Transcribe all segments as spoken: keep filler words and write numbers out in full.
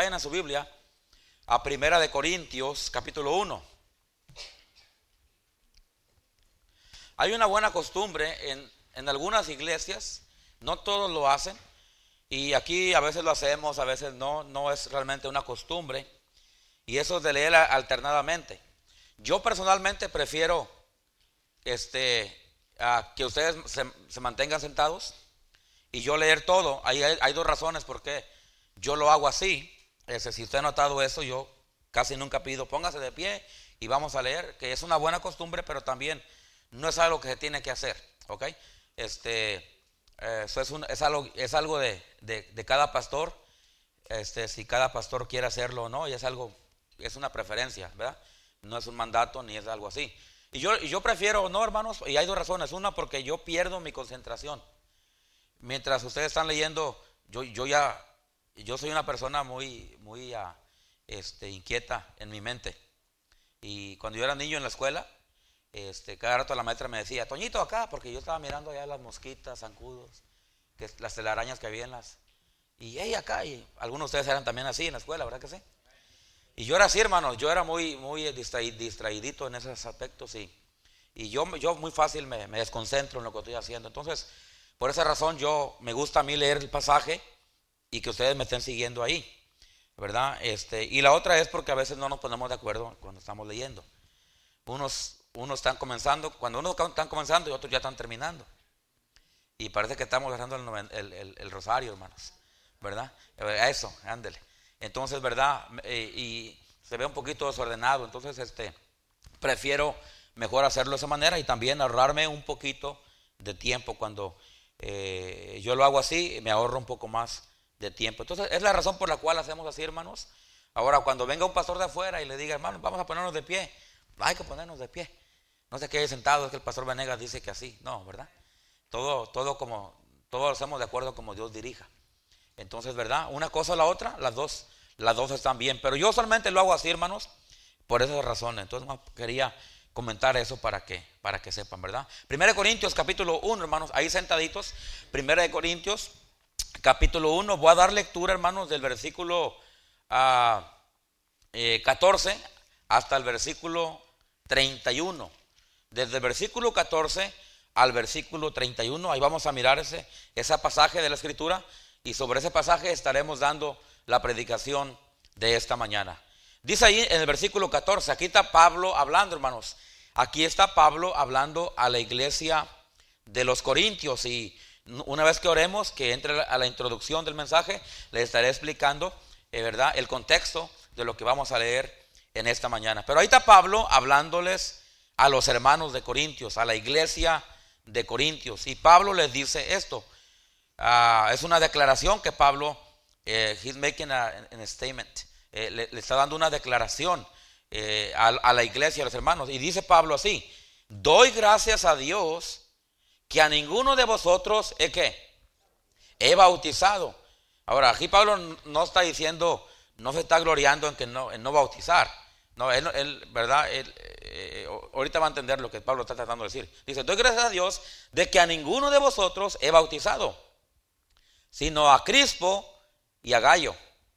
vayan a su Biblia a Primera de Corintios, capítulo uno. Hay una buena costumbre en, en algunas iglesias, no todos lo hacen, y aquí a veces lo hacemos, a veces no, no es realmente una costumbre, y eso es de leer alternadamente. Yo personalmente prefiero este, a que ustedes se, se mantengan sentados y yo leer todo. Hay, hay, hay dos razones por qué yo lo hago así. Ese, si usted ha notado eso, yo casi nunca pido póngase de pie y vamos a leer, que es una buena costumbre, pero también no es algo que se tiene que hacer, ¿ok? Este, eh, eso es, un, es algo, es algo de, de, de cada pastor, este, si cada pastor quiere hacerlo o no, y es algo, es una preferencia, ¿verdad? No es un mandato ni es algo así. Y yo, y yo prefiero, no, hermanos, y hay dos razones. Una, porque yo pierdo mi concentración. Mientras ustedes están leyendo, yo, yo ya, yo soy una persona muy, muy uh, este, inquieta en mi mente. Y cuando yo era niño en la escuela, este, cada rato la maestra me decía, Toñito, acá, porque yo estaba mirando allá las mosquitas, zancudos, que, las telarañas que había en las... Y hey, acá, y algunos de ustedes eran también así en la escuela, ¿verdad que sí? Y yo era así, hermanos, yo era muy, muy distraídito en esos aspectos y, y yo, yo muy fácil me, me desconcentro en lo que estoy haciendo. Entonces, por esa razón yo me gusta a mí leer el pasaje y que ustedes me estén siguiendo ahí, ¿verdad? Este, y la otra es porque a veces no nos ponemos de acuerdo cuando estamos leyendo. Unos, unos están comenzando, cuando unos están comenzando y otros ya están terminando. Y parece que estamos dejando el, el, el, el rosario, hermanos, ¿verdad? Eso, ándele. Entonces, ¿verdad? Eh, y se ve un poquito desordenado. Entonces, este, prefiero mejor hacerlo de esa manera y también ahorrarme un poquito de tiempo. Cuando eh, yo lo hago así, me ahorro un poco más de tiempo. Entonces, es la razón por la cual hacemos así, hermanos. Ahora, cuando venga un pastor de afuera y le diga, hermano, vamos a ponernos de pie, hay que ponernos de pie. No se quede sentado, es que el pastor Venegas dice que así. No, ¿verdad? Todo, todo como, todos lo hacemos de acuerdo como Dios dirija. Entonces, ¿verdad? Una cosa o la otra, las dos, las dos están bien. Pero yo solamente lo hago así, hermanos, por esas razones. Entonces, quería comentar eso para que, para que sepan, ¿verdad? Primera de Corintios, capítulo uno, hermanos, ahí sentaditos. Primera de Corintios, capítulo uno. Voy a dar lectura, hermanos, del versículo uh, eh, catorce hasta el versículo treinta y uno. Desde el versículo catorce al versículo treinta y uno, ahí vamos a mirar ese, ese pasaje de la Escritura. Y sobre ese pasaje estaremos dando la predicación de esta mañana. Dice ahí en el versículo catorce, aquí está Pablo hablando, hermanos. Aquí está Pablo hablando a la iglesia de los Corintios. Y una vez que oremos, que entre a la introducción del mensaje, les estaré explicando, eh, ¿verdad?, el contexto de lo que vamos a leer en esta mañana. Pero ahí está Pablo hablándoles a los hermanos de Corintios, a la iglesia de Corintios. Y Pablo les dice esto. Uh, es una declaración que Pablo, eh, he's making a, a statement, eh, le, le está dando una declaración eh, a, a la iglesia, a los hermanos. Y dice Pablo así: doy gracias a Dios que a ninguno de vosotros he, ¿qué? He bautizado. Ahora, aquí Pablo no está diciendo, no se está gloriando en que no, en no bautizar. No, él, él ¿verdad? Él, eh, ahorita va a entender lo que Pablo está tratando de decir. Dice, doy gracias a Dios de que a ninguno de vosotros he bautizado, sino a Crispo y a Gallo.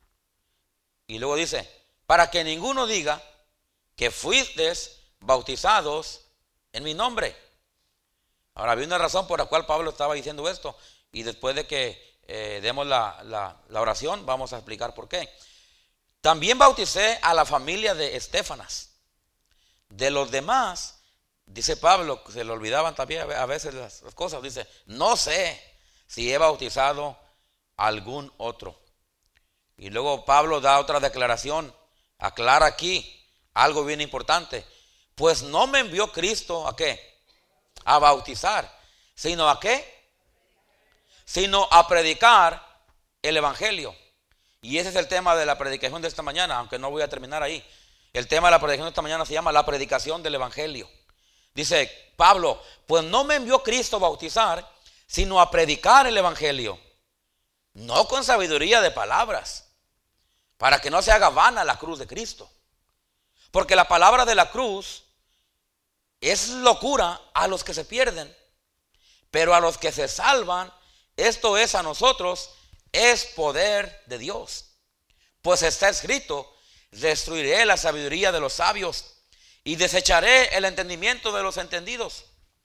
Y luego dice, para que ninguno diga que fuisteis bautizados en mi nombre. Ahora, había una razón por la cual Pablo estaba diciendo esto. Y después de que eh, demos la, la, la oración, vamos a explicar por qué. También bauticé a la familia de Estéfanas. De los demás, dice Pablo, se le olvidaban también a veces las, las cosas. Dice, no sé si he bautizado a algún otro. Y luego Pablo da otra declaración, aclara aquí algo bien importante. Pues no me envió Cristo ¿a qué? A bautizar, sino ¿a qué? Sino a predicar el evangelio. Y ese es el tema de la predicación de esta mañana, aunque no voy a terminar ahí. El tema de la predicación de esta mañana se llama la predicación del evangelio. Dice Pablo, pues no me envió Cristo a bautizar, sino a predicar el evangelio. No con sabiduría de palabras, para que no se haga vana la cruz de Cristo. Porque la palabra de la cruz es locura a los que se pierden, pero a los que se salvan, esto es a nosotros, es poder de Dios. Pues está escrito: destruiré la sabiduría de los sabios y desecharé el entendimiento de los entendidos.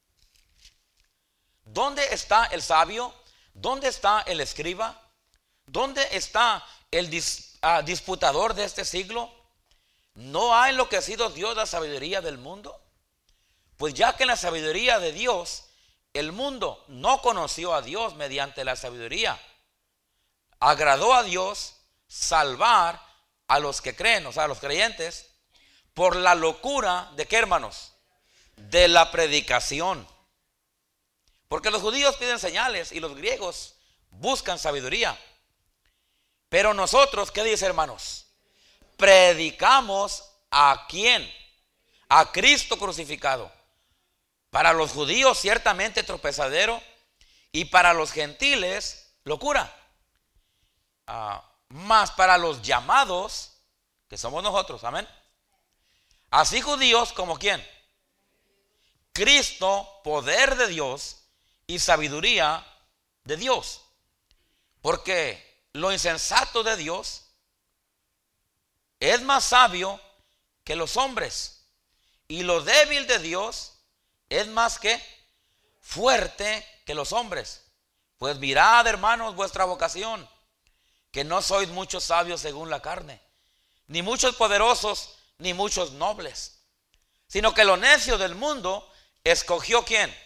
¿Dónde está el sabio? ¿Dónde está el escriba? ¿Dónde está el dis, uh, disputador de este siglo? ¿No ha enloquecido Dios la sabiduría del mundo? Pues ya que en la sabiduría de Dios el mundo no conoció a Dios mediante la sabiduría, agradó a Dios salvar a los que creen, o sea, a los creyentes, por la locura de ¿qué, hermanos? De la predicación. Porque los judíos piden señales y los griegos buscan sabiduría. Pero nosotros, ¿qué dice, hermanos? Predicamos ¿a quién? A Cristo crucificado. Para los judíos ciertamente tropezadero y para los gentiles locura. Uh, más para los llamados, que somos nosotros, amén. Así judíos como ¿quién? Cristo, poder de Dios y sabiduría de Dios. Porque lo insensato de Dios es más sabio que los hombres, y lo débil de Dios es más que fuerte que los hombres. Pues mirad, hermanos, vuestra vocación, que no sois muchos sabios según la carne, ni muchos poderosos, ni muchos nobles, sino que lo necio del mundo escogió ¿quién?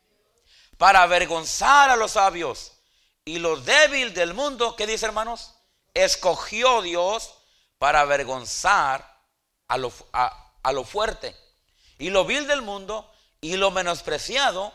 Para avergonzar a los sabios. Y lo débil del mundo, ¿qué dice, hermanos? Escogió Dios para avergonzar a lo, a, a lo fuerte. Y lo vil del mundo y lo menospreciado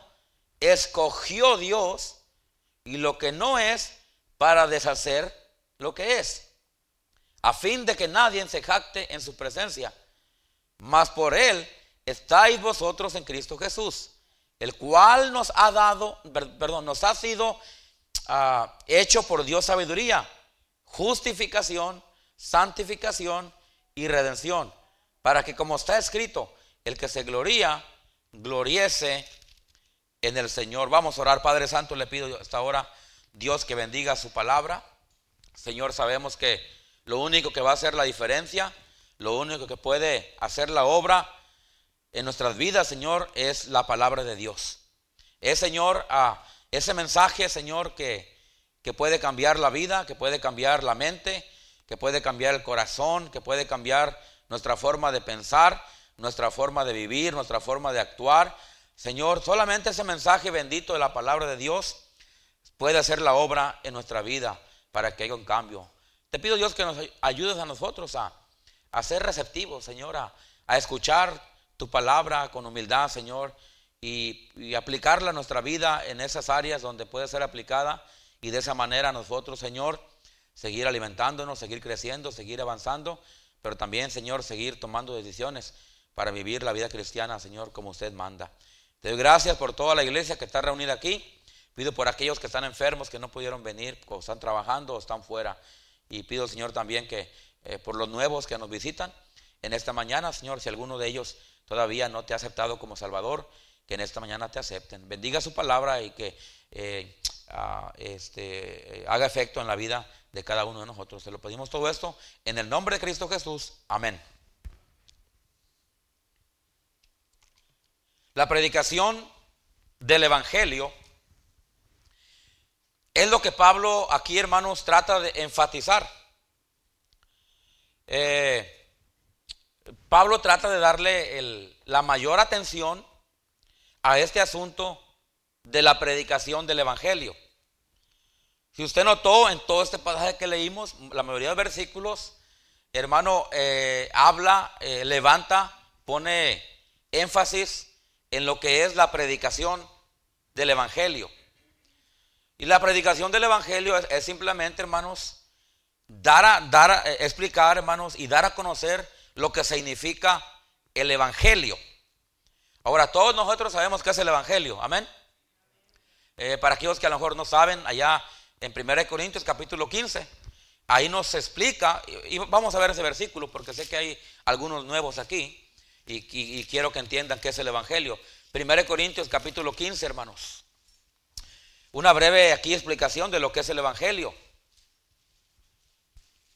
escogió Dios, y lo que no es, para deshacer lo que es, a fin de que nadie se jacte en su presencia. Mas por él estáis vosotros en Cristo Jesús, el cual nos ha dado, perdón, nos ha sido uh, hecho por Dios sabiduría, justificación, santificación y redención, para que, como está escrito, el que se gloría, gloriese en el Señor. Vamos a orar. Padre Santo, le pido hasta ahora, Dios, que bendiga su palabra. Señor, sabemos que lo único que va a hacer la diferencia, lo único que puede hacer la obra en nuestras vidas, Señor, es la palabra de Dios. Es, Señor, ah, ese mensaje, Señor, que, que puede cambiar la vida, que puede cambiar la mente, que puede cambiar el corazón, que puede cambiar nuestra forma de pensar, nuestra forma de vivir, nuestra forma de actuar. Señor, solamente ese mensaje bendito de la palabra de Dios puede hacer la obra en nuestra vida para que haya un cambio. Te pido, Dios, que nos ayudes a nosotros a, a ser receptivos, Señor, a, a escuchar tu palabra con humildad, Señor, y, y aplicarla a nuestra vida en esas áreas donde puede ser aplicada, y de esa manera nosotros, Señor, seguir alimentándonos, seguir creciendo, seguir avanzando, pero también, Señor, seguir tomando decisiones para vivir la vida cristiana, Señor, como usted manda. Te doy gracias por toda la iglesia que está reunida aquí. Pido por aquellos que están enfermos, que no pudieron venir, o están trabajando o están fuera. Y pido, Señor, también que eh, por los nuevos que nos visitan en esta mañana, Señor, si alguno de ellos todavía no te ha aceptado como Salvador, que en esta mañana te acepten. Bendiga su palabra y que eh, uh, este, eh, haga efecto en la vida de cada uno de nosotros. Te lo pedimos todo esto en el nombre de Cristo Jesús. Amén. La predicación del Evangelio es lo que Pablo aquí, hermanos, trata de enfatizar. Eh, Pablo trata de darle el, la mayor atención a este asunto de la predicación del Evangelio. Si usted notó en todo este pasaje que leímos, la mayoría de versículos, hermano, eh, habla, eh, levanta, pone énfasis en lo que es la predicación del Evangelio. Y la predicación del Evangelio es, es simplemente, hermanos, dar a, dar a, eh, explicar, hermanos, y dar a conocer lo que significa el Evangelio. Ahora, todos nosotros sabemos qué es el Evangelio, amén. Eh, para aquellos que a lo mejor no saben, allá en primera de Corintios capítulo quince, ahí nos explica, y, y vamos a ver ese versículo porque sé que hay algunos nuevos aquí, y, y, y quiero que entiendan qué es el Evangelio. primera de Corintios capítulo quince, hermanos. Una breve aquí explicación de lo que es el Evangelio.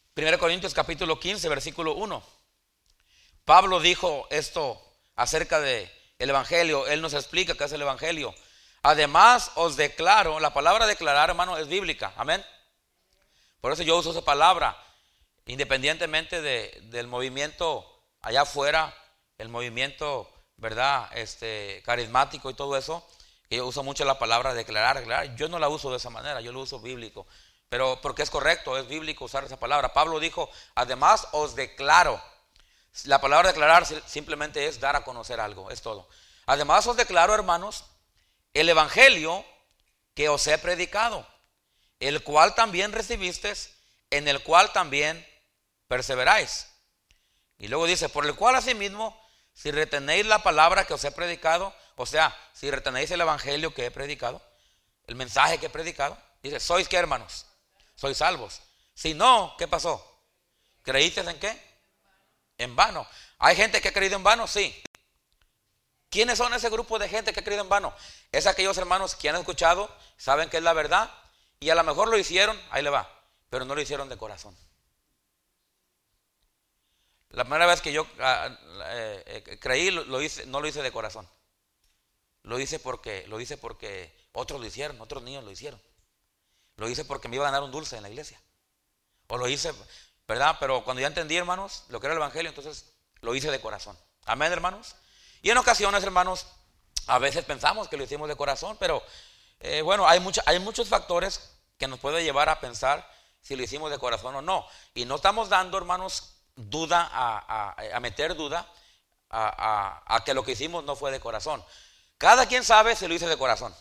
primera Corintios capítulo quince, versículo uno. Pablo dijo esto acerca de el evangelio. Él nos explica qué es el evangelio. Además os declaro, la palabra declarar, hermano, es bíblica. Amén. Por eso yo uso esa palabra, independientemente de, del movimiento allá afuera, el movimiento, ¿verdad? Este, carismático y todo eso, que yo uso mucho la palabra declarar, declarar. Yo no la uso de esa manera, yo lo uso bíblico. Pero porque es correcto, es bíblico usar esa palabra. Pablo dijo, además os declaro. La palabra declarar simplemente es dar a conocer algo, es todo. Además os declaro, hermanos, el evangelio que os he predicado, el cual también recibisteis, en el cual también perseveráis. Y luego dice, por el cual asimismo, si retenéis la palabra que os he predicado, o sea, si retenéis el evangelio que he predicado, el mensaje que he predicado, dice, ¿sois qué, hermanos? Sois salvos. Si no, ¿qué pasó? ¿Creísteis en qué? En vano. ¿Hay gente que ha creído en vano? Sí. ¿Quiénes son ese grupo de gente que ha creído en vano? Es aquellos hermanos que han escuchado, saben que es la verdad y a lo mejor lo hicieron, ahí le va, pero no lo hicieron de corazón. La primera vez que yo uh, eh, eh, creí, lo, lo hice, no lo hice de corazón. Lo hice porque, lo hice porque otros lo hicieron, otros niños lo hicieron. Lo hice porque me iba a ganar un dulce en la iglesia. O lo hice, ¿verdad? Pero cuando ya entendí, hermanos, lo que era el evangelio, entonces lo hice de corazón. Amén, hermanos. Y en ocasiones, hermanos, a veces pensamos que lo hicimos de corazón, pero eh, bueno, hay, mucha, hay muchos factores que nos pueden llevar a pensar si lo hicimos de corazón o no. Y no estamos dando, hermanos, duda, a, a, a meter duda a, a, a que lo que hicimos no fue de corazón. Cada quien sabe si lo hice de corazón.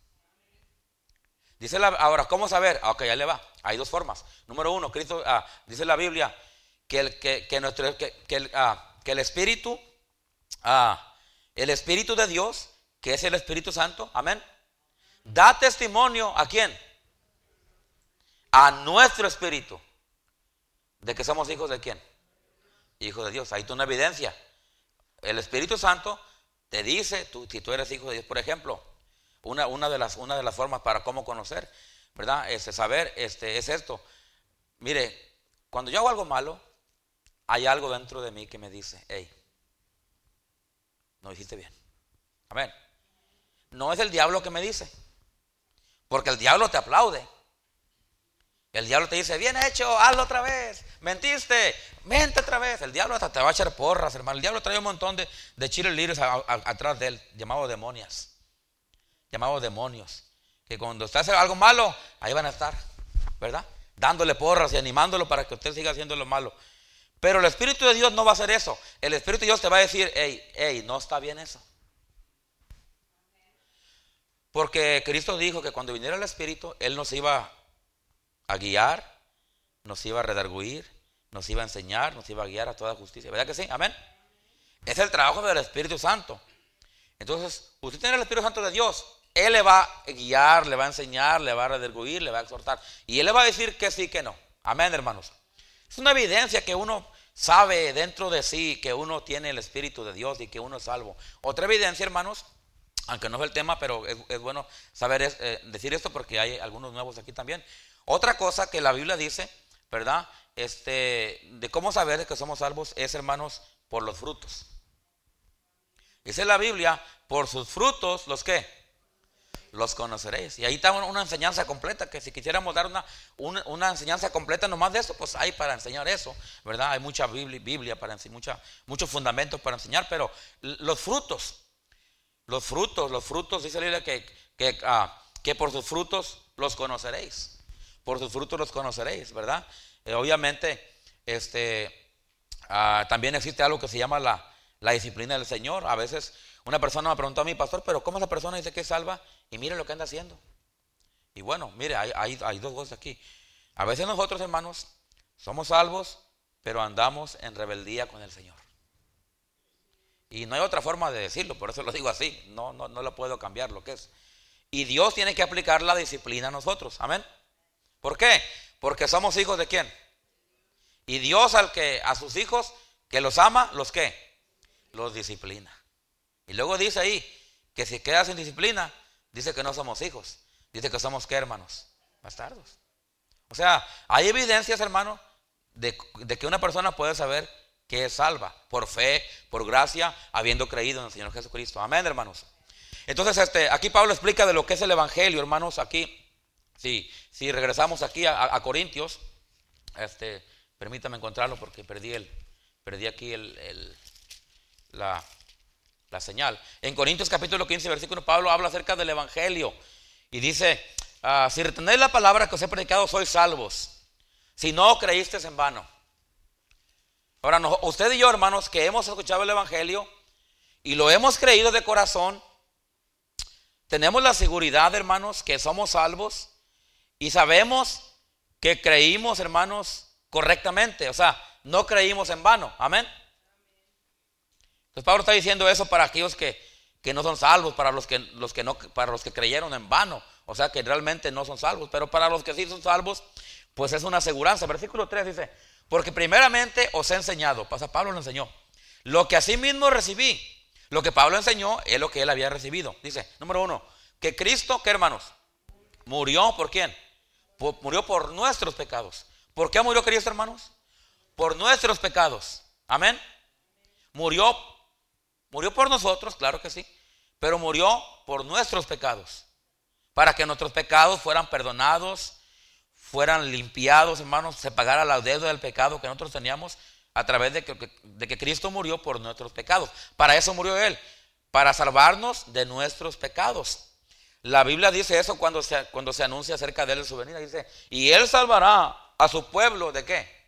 Dice la, ahora, ¿cómo saber? Ah, ok, ya le va. Hay dos formas. Número uno, Cristo, ah, dice la Biblia que el, que, que nuestro, que, que el, ah, que el Espíritu, ah, el Espíritu de Dios, que es el Espíritu Santo, amén, da testimonio ¿a quién? A nuestro espíritu de que somos hijos de quién? Hijos de Dios. Ahí está una evidencia. El Espíritu Santo te dice tú, si tú eres hijo de Dios. Por ejemplo, una, una, de las, una de las formas para cómo conocer, ¿verdad? Este, saber este, es esto. Mire, cuando yo hago algo malo, hay algo dentro de mí que me dice, hey, no hiciste bien. Amén. No es el diablo que me dice, porque el diablo te aplaude. El diablo te dice, bien hecho, hazlo otra vez, mentiste, mente otra vez. El diablo hasta te va a echar porras, hermano. El diablo trae un montón de, de cheerleaders a, a, atrás de él, llamados demonios, llamados demonios, que cuando usted hace algo malo, ahí van a estar, ¿verdad? Dándole porras y animándolo para que usted siga haciendo lo malo. Pero el Espíritu de Dios no va a hacer eso. El Espíritu de Dios te va a decir, hey, hey, no está bien eso. Porque Cristo dijo que cuando viniera el Espíritu, Él nos iba a guiar, nos iba a redarguir, nos iba a enseñar, nos iba a guiar a toda justicia. ¿Verdad que sí? Amén. Es el trabajo del Espíritu Santo. Entonces, usted tiene el Espíritu Santo de Dios. Él le va a guiar, le va a enseñar, le va a redarguir, le va a exhortar. Y Él le va a decir que sí, que no. Amén, hermanos. Es una evidencia que uno sabe dentro de sí que uno tiene el Espíritu de Dios y que uno es salvo. Otra evidencia, hermanos, aunque no es el tema, pero es, es bueno saber es, eh, decir esto porque hay algunos nuevos aquí también. Otra cosa que la Biblia dice, ¿verdad? Este, de cómo saber que somos salvos es, hermanos, por los frutos. Dice la Biblia, por sus frutos, ¿los qué? Los conoceréis. Y ahí está una enseñanza completa, que si quisiéramos dar una, una, una enseñanza completa nomás de eso, pues hay para enseñar eso, ¿verdad? Hay mucha Biblia, Biblia para enseñar, mucha, muchos fundamentos para enseñar, pero los frutos, los frutos, los frutos, dice la Biblia que, que, ah, que por sus frutos los conoceréis. Por sus frutos los conoceréis, ¿verdad? Eh, obviamente, este, ah, también existe algo que se llama la, la disciplina del Señor. A veces una persona me preguntó a mí, pastor, pero ¿cómo esa persona dice que es salva? Y mire lo que anda haciendo. Y bueno, mire, hay, hay, hay dos cosas aquí. A veces nosotros, hermanos, somos salvos, pero andamos en rebeldía con el Señor. Y no hay otra forma de decirlo, por eso lo digo así. No, no, no lo puedo cambiar lo que es. Y Dios tiene que aplicar la disciplina a nosotros. Amén. ¿Por qué? Porque somos hijos de ¿quién? Y Dios al que a sus hijos que los ama, ¿los qué? Los disciplina. Y luego dice ahí que si queda sin disciplina, dice que no somos hijos. Dice que somos ¿qué, hermanos? Bastardos. O sea, hay evidencias, hermano, de, de que una persona puede saber que es salva por fe, por gracia, habiendo creído en el Señor Jesucristo. Amén, hermanos. Entonces, este, aquí Pablo explica de lo que es el evangelio, hermanos. Aquí, si, si regresamos aquí a, a Corintios, este, permítame encontrarlo porque perdí el, perdí aquí el, el la, la señal. En Corintios capítulo quince, versículo, Pablo habla acerca del evangelio y dice: ah, si retenéis la palabra que os he predicado, sois salvos, si no creísteis en vano. Ahora, no, usted y yo, hermanos, que hemos escuchado el evangelio y lo hemos creído de corazón, tenemos la seguridad, hermanos, que somos salvos y sabemos que creímos, hermanos, correctamente. O sea, no creímos en vano. Amén. Entonces Pablo está diciendo eso para aquellos que, que no son salvos, para los que, los que no, para los que creyeron en vano. O sea, que realmente no son salvos. Pero para los que sí son salvos, pues es una aseguranza. Versículo tres dice: porque primeramente os he enseñado. Pasa, Pablo lo enseñó. Lo que asimismo recibí. Lo que Pablo enseñó es lo que él había recibido. Dice, número uno, que Cristo, ¿qué, hermanos? Murió, ¿por quién? Por, murió por nuestros pecados. ¿Por qué murió Cristo, hermanos? Por nuestros pecados. Amén. Murió, murió por nosotros, claro que sí, pero murió por nuestros pecados, para que nuestros pecados fueran perdonados, fueran limpiados, hermanos, se pagara la deuda del pecado que nosotros teníamos a través de que, de que Cristo murió por nuestros pecados. Para eso murió Él, para salvarnos de nuestros pecados. La Biblia dice eso cuando se, cuando se anuncia acerca de Él en su venida. Dice, y Él salvará a su pueblo, ¿de qué?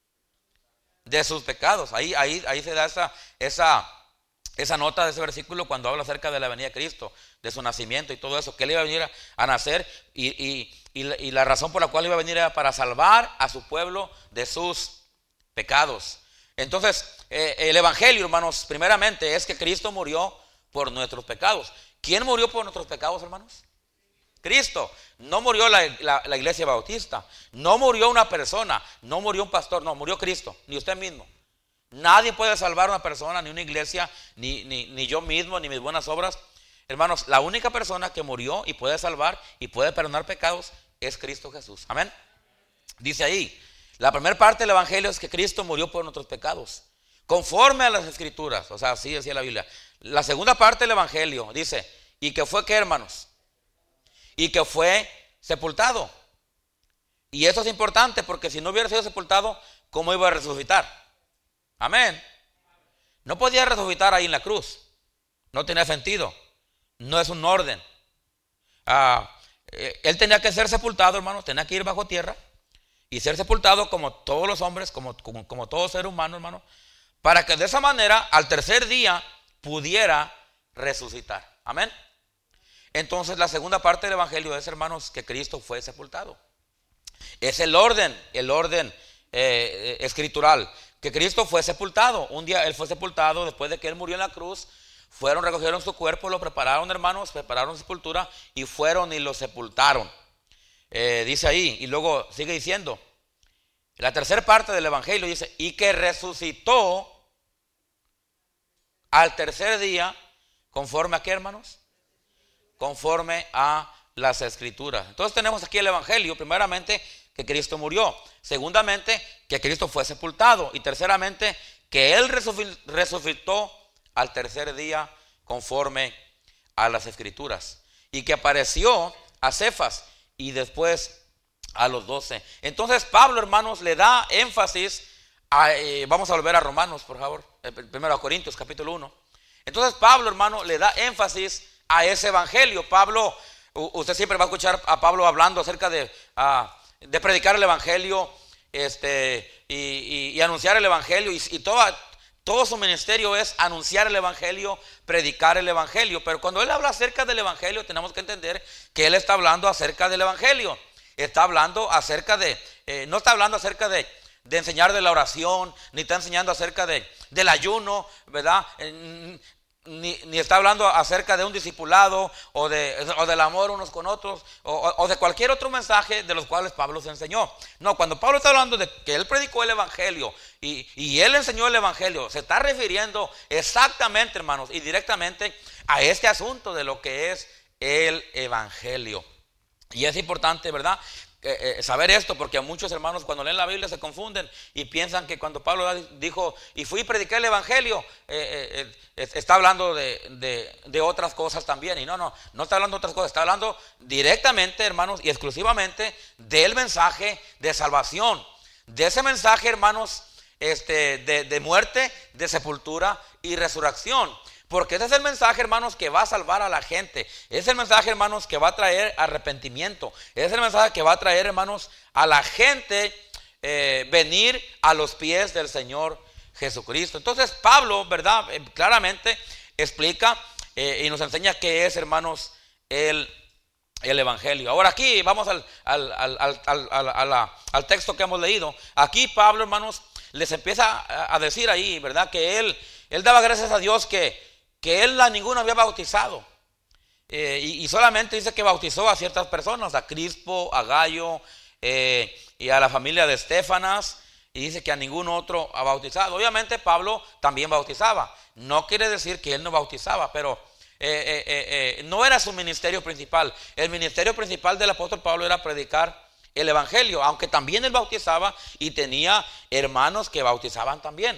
De sus pecados. Ahí, ahí, ahí se da esa, esa, esa nota de ese versículo cuando habla acerca de la venida de Cristo, de su nacimiento y todo eso, que Él iba a venir a, a nacer y, y, y, la, y la razón por la cual iba a venir era para salvar a su pueblo de sus pecados. Entonces, eh, el evangelio, hermanos, primeramente es que Cristo murió por nuestros pecados. ¿Quién murió por nuestros pecados, hermanos? Cristo. No murió la, la, la iglesia bautista, no murió una persona, no murió un pastor, no, murió Cristo, ni usted mismo. Nadie puede salvar a una persona, ni una iglesia, ni, ni, ni yo mismo, ni mis buenas obras. Hermanos, la única persona que murió y puede salvar y puede perdonar pecados es Cristo Jesús. Amén. Dice ahí, la primera parte del evangelio es que Cristo murió por nuestros pecados, conforme a las escrituras. O sea, así decía la Biblia. La segunda parte del evangelio dice, y que fue, ¿qué, hermanos? Y que fue sepultado. Y eso es importante porque si no hubiera sido sepultado, ¿cómo iba a resucitar? Amén. No podía resucitar ahí en la cruz. No tenía sentido. No es un orden. Ah, eh, él tenía que ser sepultado, hermanos. Tenía que ir bajo tierra y ser sepultado como todos los hombres, como, como, como todo ser humano, hermano, para que de esa manera al tercer día pudiera resucitar. Amén. Entonces la segunda parte del evangelio es, hermanos, que Cristo fue sepultado. Es el orden, el orden eh, escritural, que Cristo fue sepultado. Un día Él fue sepultado después de que Él murió en la cruz. Fueron, recogieron su cuerpo, lo prepararon, hermanos, prepararon sepultura y fueron y lo sepultaron. Eh, dice ahí, y luego sigue diciendo, la tercera parte del evangelio dice, y que resucitó al tercer día, conforme a qué, hermanos? Conforme a las escrituras. Entonces tenemos aquí el evangelio, primeramente que Cristo murió, segundamente que Cristo fue sepultado y terceramente que Él resucitó al tercer día conforme a las escrituras y que apareció a Cefas y después a los doce. Entonces Pablo, hermanos, le da énfasis a, eh, vamos a volver a Romanos, por favor, eh, primero a Corintios capítulo uno. Entonces Pablo, hermano, le da énfasis a ese evangelio. Pablo, usted siempre va a escuchar a Pablo hablando acerca de, uh, de predicar el evangelio este, y, y, y anunciar el evangelio y, y toda, todo su ministerio es anunciar el evangelio, predicar el evangelio. Pero cuando él habla acerca del evangelio tenemos que entender que él está hablando acerca del evangelio. Está hablando acerca de, eh, no está hablando acerca de, de enseñar de la oración, ni está enseñando acerca de, del ayuno, ¿verdad? Eh, Ni, ni está hablando acerca de un discipulado o, de, o del amor unos con otros o, o de cualquier otro mensaje de los cuales Pablo se enseñó. No, cuando Pablo está hablando de que él predicó el evangelio y, y él enseñó el evangelio, se está refiriendo exactamente, hermanos, y directamente a este asunto de lo que es el evangelio. Y es importante, ¿verdad?, eh, eh, saber esto, porque muchos hermanos cuando leen la Biblia se confunden y piensan que cuando Pablo dijo, y fui y prediqué el evangelio, eh, eh, eh, está hablando de, de, de otras cosas también. Y no, no, no está hablando de otras cosas, está hablando directamente, hermanos, y exclusivamente del mensaje de salvación, de ese mensaje, hermanos, este, de, de muerte, de sepultura y resurrección. Porque ese es el mensaje, hermanos, que va a salvar a la gente. Es el mensaje, hermanos, que va a traer arrepentimiento. Es el mensaje que va a traer, hermanos, a la gente eh, venir a los pies del Señor Jesucristo. Entonces Pablo, ¿verdad? Eh, claramente explica eh, y nos enseña qué es, hermanos, el, el evangelio. Ahora aquí vamos al, al, al, al, al, al, a la, al texto que hemos leído. Aquí Pablo, hermanos, les empieza a, a decir ahí, ¿verdad? Que él, él daba gracias a Dios que que él a ninguno había bautizado, eh, y, y solamente dice que bautizó a ciertas personas, a Crispo, a Gallo, eh, y a la familia de Estefanas, y dice que a ningún otro ha bautizado. Obviamente Pablo también bautizaba, no quiere decir que él no bautizaba, pero eh, eh, eh, eh, no era su ministerio principal. El ministerio principal del apóstol Pablo era predicar el evangelio, aunque también él bautizaba y tenía hermanos que bautizaban también.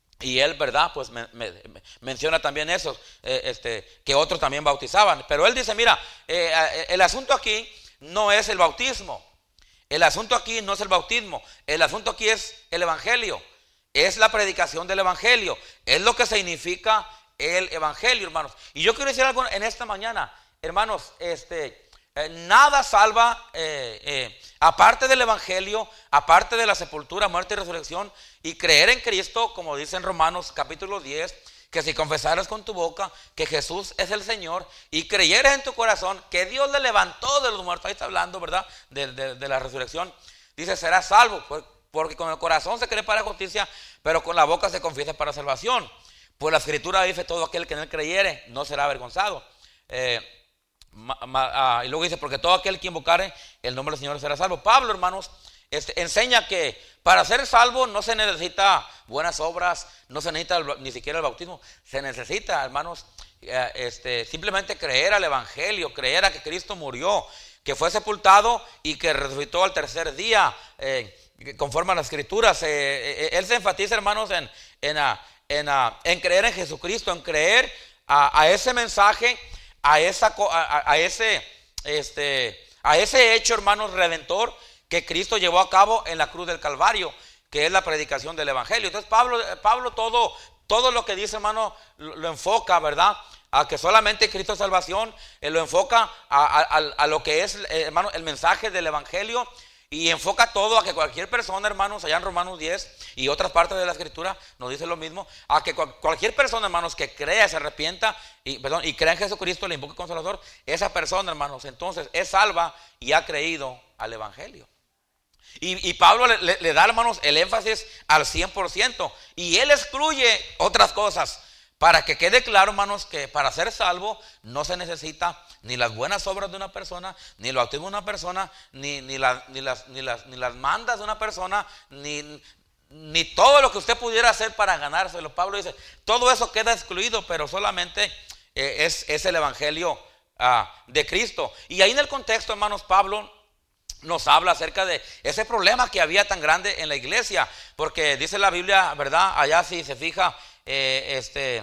Y él, ¿verdad? Pues me, me, me menciona también eso, eh, este, que otros también bautizaban. Pero él dice, mira, eh, el asunto aquí no es el bautismo. El asunto aquí no es el bautismo. El asunto aquí es el evangelio. Es la predicación del evangelio. Es lo que significa el evangelio, hermanos. Y yo quiero decir algo en esta mañana, hermanos, este... Eh, nada salva eh, eh, aparte del evangelio, aparte de la sepultura, muerte y resurrección, y creer en Cristo, como dice en Romanos capítulo diez, que si confesaras con tu boca que Jesús es el Señor y creyeres en tu corazón que Dios le levantó de los muertos. Ahí está hablando, ¿verdad? De, de, de la resurrección. Dice, serás salvo, porque con el corazón se cree para justicia, pero con la boca se confiesa para salvación. Pues la escritura dice, todo aquel que en él creyere no será avergonzado. Eh, Ma, ma, ah, y luego dice, porque todo aquel que invocare el nombre del Señor será salvo. Pablo, hermanos, este, enseña que para ser salvo no se necesita buenas obras, no se necesita el, ni siquiera el bautismo. Se necesita, hermanos, eh, este, simplemente creer al evangelio, creer a que Cristo murió, que fue sepultado y que resucitó al tercer día, eh, conforme a las escrituras. eh, eh, él se enfatiza, hermanos, en, en, a, en, a, en creer en Jesucristo, en creer a, a ese mensaje, A, esa, a, a, ese, este, a ese hecho, hermanos, redentor que Cristo llevó a cabo en la cruz del Calvario, que es la predicación del evangelio. Entonces Pablo, Pablo todo, todo lo que dice, hermano, lo, lo enfoca, ¿verdad? A que solamente Cristo es salvación, eh, lo enfoca a, a, a lo que es, eh, hermano, el mensaje del evangelio. Y enfoca todo a que cualquier persona, hermanos, allá en Romanos diez y otras partes de la escritura nos dice lo mismo, a que cual, cualquier persona, hermanos, que crea, se arrepienta y, perdón, y crea en Jesucristo, le invoque consolador, esa persona, hermanos, entonces es salva y ha creído al evangelio. Y, y Pablo le, le, le da, hermanos, el énfasis al cien por ciento, y él excluye otras cosas para que quede claro, hermanos, que para ser salvo no se necesita ni las buenas obras de una persona, ni el bautismo de una persona, ni, ni, la, ni, las, ni, las, ni las mandas de una persona, ni, ni todo lo que usted pudiera hacer para ganárselo. Pablo dice, todo eso queda excluido, pero solamente eh, es, es el evangelio ah, de Cristo. Y ahí en el contexto, hermanos, Pablo nos habla acerca de ese problema que había tan grande en la iglesia, porque dice la Biblia, ¿verdad? Allá si se fija, eh, este,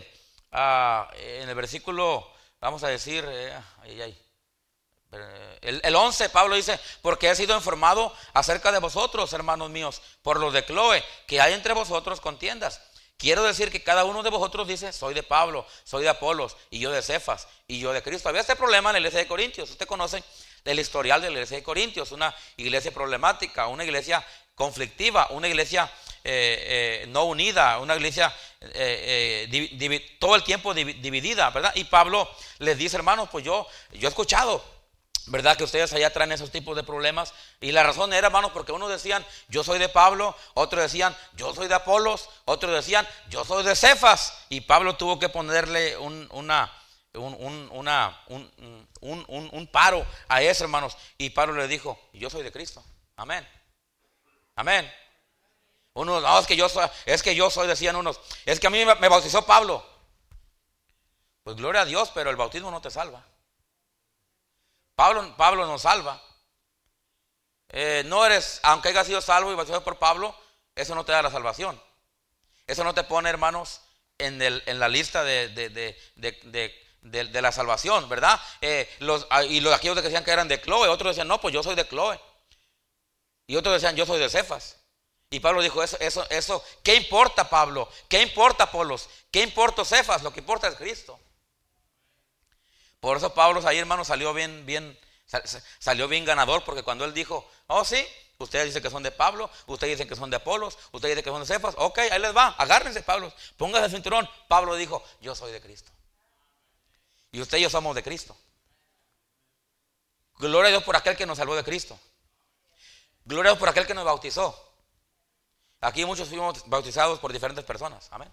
uh, en el versículo, vamos a decir, eh, ay, ay, el, el once, Pablo dice, porque he sido informado acerca de vosotros, hermanos míos, por los de Cloe, que hay entre vosotros contiendas. Quiero decir que cada uno de vosotros dice, soy de Pablo, soy de Apolos, y yo de Cefas, y yo de Cristo. Había este problema en la iglesia de Corintios. Usted conoce el historial de la iglesia de Corintios, una iglesia problemática, una iglesia conflictiva, una iglesia eh, eh, no unida, una iglesia eh, eh, divi, todo el tiempo dividida, ¿verdad? Y Pablo les dice, hermanos, pues yo, yo he escuchado, ¿verdad?, que ustedes allá traen esos tipos de problemas. Y la razón era, hermanos, porque unos decían, yo soy de Pablo, otros decían, yo soy de Apolos, otros decían, yo soy de Cefas. Y Pablo tuvo que ponerle un, una, un, un, una, un, un, un, un paro a eso, hermanos. Y Pablo le dijo, yo soy de Cristo. Amén. Amén. Unos, no, es que yo soy, es que yo soy, decían unos, es que a mí me, me bautizó Pablo. Pues gloria a Dios, pero el bautismo no te salva. Pablo, Pablo nos salva. Eh, no eres, aunque hayas sido salvo y bautizado por Pablo, eso no te da la salvación. Eso no te pone, hermanos, en, el, en la lista de, de, de, de, de, de, de la salvación, ¿verdad? Eh, los, y los aquellos que decían que eran de Cloe, otros decían, no, pues yo soy de Cloe. Y otros decían, yo soy de Cefas. Y Pablo dijo, eso, eso, eso, ¿qué importa, Pablo? ¿Qué importa, Apolos? ¿Qué importa, Cefas? Lo que importa es Cristo. Por eso Pablo ahí, hermano, salió bien, bien, salió bien ganador, porque cuando él dijo, oh sí, ustedes dicen que son de Pablo, ustedes dicen que son de Apolos, ustedes dicen que son de Cefas, ok, ahí les va, agárrense, Pablo, pónganse el cinturón. Pablo dijo, yo soy de Cristo. Y usted y yo somos de Cristo. Gloria a Dios por aquel que nos salvó de Cristo. Gloria a Dios por aquel que nos bautizó. Aquí muchos fuimos bautizados por diferentes personas, amén.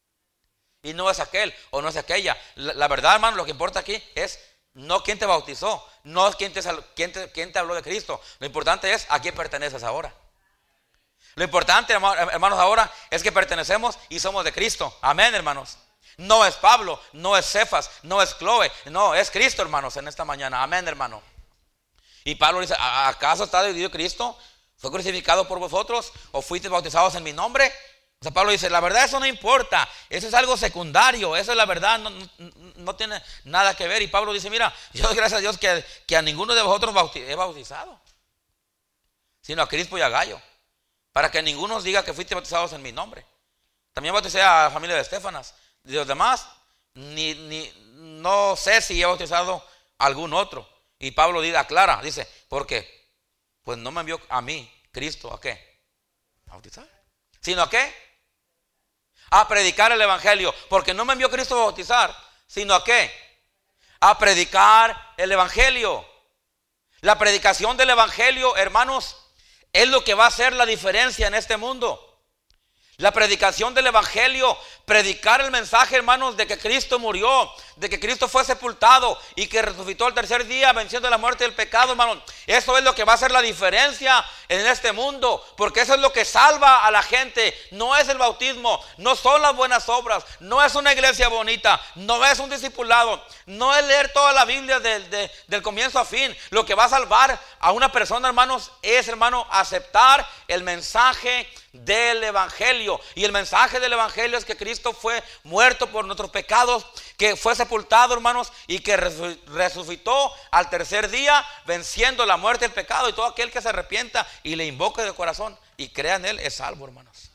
Y no es aquel o no es aquella. La, la verdad, hermano, lo que importa aquí es no quién te bautizó, no es quién te, quién, te, quién te habló de Cristo. Lo importante es a quién perteneces ahora. Lo importante, hermanos, ahora es que pertenecemos y somos de Cristo. Amén, hermanos. No es Pablo, no es Cefas, no es Cloe, no, es Cristo, hermanos, en esta mañana. Amén, hermano. Y Pablo dice, ¿acaso está dividido Cristo? ¿Fue crucificado por vosotros o fuisteis bautizados en mi nombre? O sea, Pablo dice, la verdad eso no importa, eso es algo secundario, eso es la verdad, no, no, no tiene nada que ver. Y Pablo dice, mira, yo doy gracias a Dios que, que a ninguno de vosotros he bautizado, sino a Crispo y a Gallo, para que ninguno os diga que fuiste bautizados en mi nombre. También bauticé a la familia de Estefanas. De los demás, ni, ni, no sé si he bautizado a algún otro. Y Pablo dice, aclara, dice, ¿por qué? Pues no me envió a mí, Cristo, ¿a qué? A bautizar. ¿Sino a qué? A predicar el evangelio. Porque no me envió Cristo a bautizar, sino a qué? A predicar el evangelio. La predicación del evangelio, hermanos, es lo que va a hacer la diferencia en este mundo. La predicación del evangelio, predicar el mensaje, hermanos, de que Cristo murió, de que Cristo fue sepultado y que resucitó al tercer día venciendo la muerte y el pecado, hermanos. Eso es lo que va a hacer la diferencia en este mundo, porque eso es lo que salva a la gente. No es el bautismo, no son las buenas obras, no es una iglesia bonita, no es un discipulado, no es leer toda la Biblia de, de, del comienzo a fin. Lo que va a salvar a una persona, hermanos, es, hermano, aceptar el mensaje del evangelio. Y el mensaje del evangelio es que Cristo fue muerto por nuestros pecados, que fue sepultado, hermanos, y que resucitó al tercer día venciendo la muerte y el pecado. Y todo aquel que se arrepienta y le invoque de corazón y crea en él es salvo, hermanos.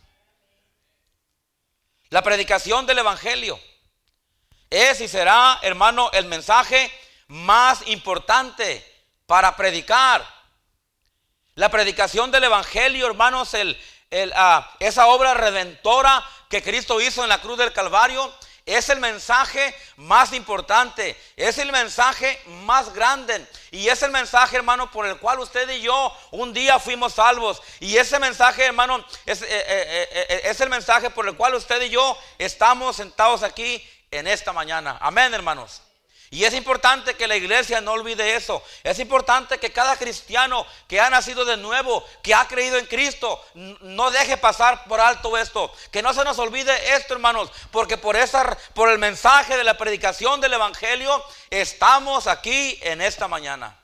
La predicación del evangelio es y será, hermano, el mensaje más importante para predicar. La predicación del evangelio, hermanos, el El, uh, esa obra redentora que Cristo hizo en la cruz del Calvario es el mensaje más importante, es el mensaje más grande y es el mensaje, hermano, por el cual usted y yo un día fuimos salvos. Y ese mensaje, hermano, es, eh, eh, eh, es el mensaje por el cual usted y yo estamos sentados aquí en esta mañana. Amén, hermanos. Y es importante que la iglesia no olvide eso. Es importante que cada cristiano que ha nacido de nuevo, que ha creído en Cristo, no deje pasar por alto esto. Que no se nos olvide esto, hermanos, porque por, esa, por el mensaje de la predicación del evangelio estamos aquí en esta mañana.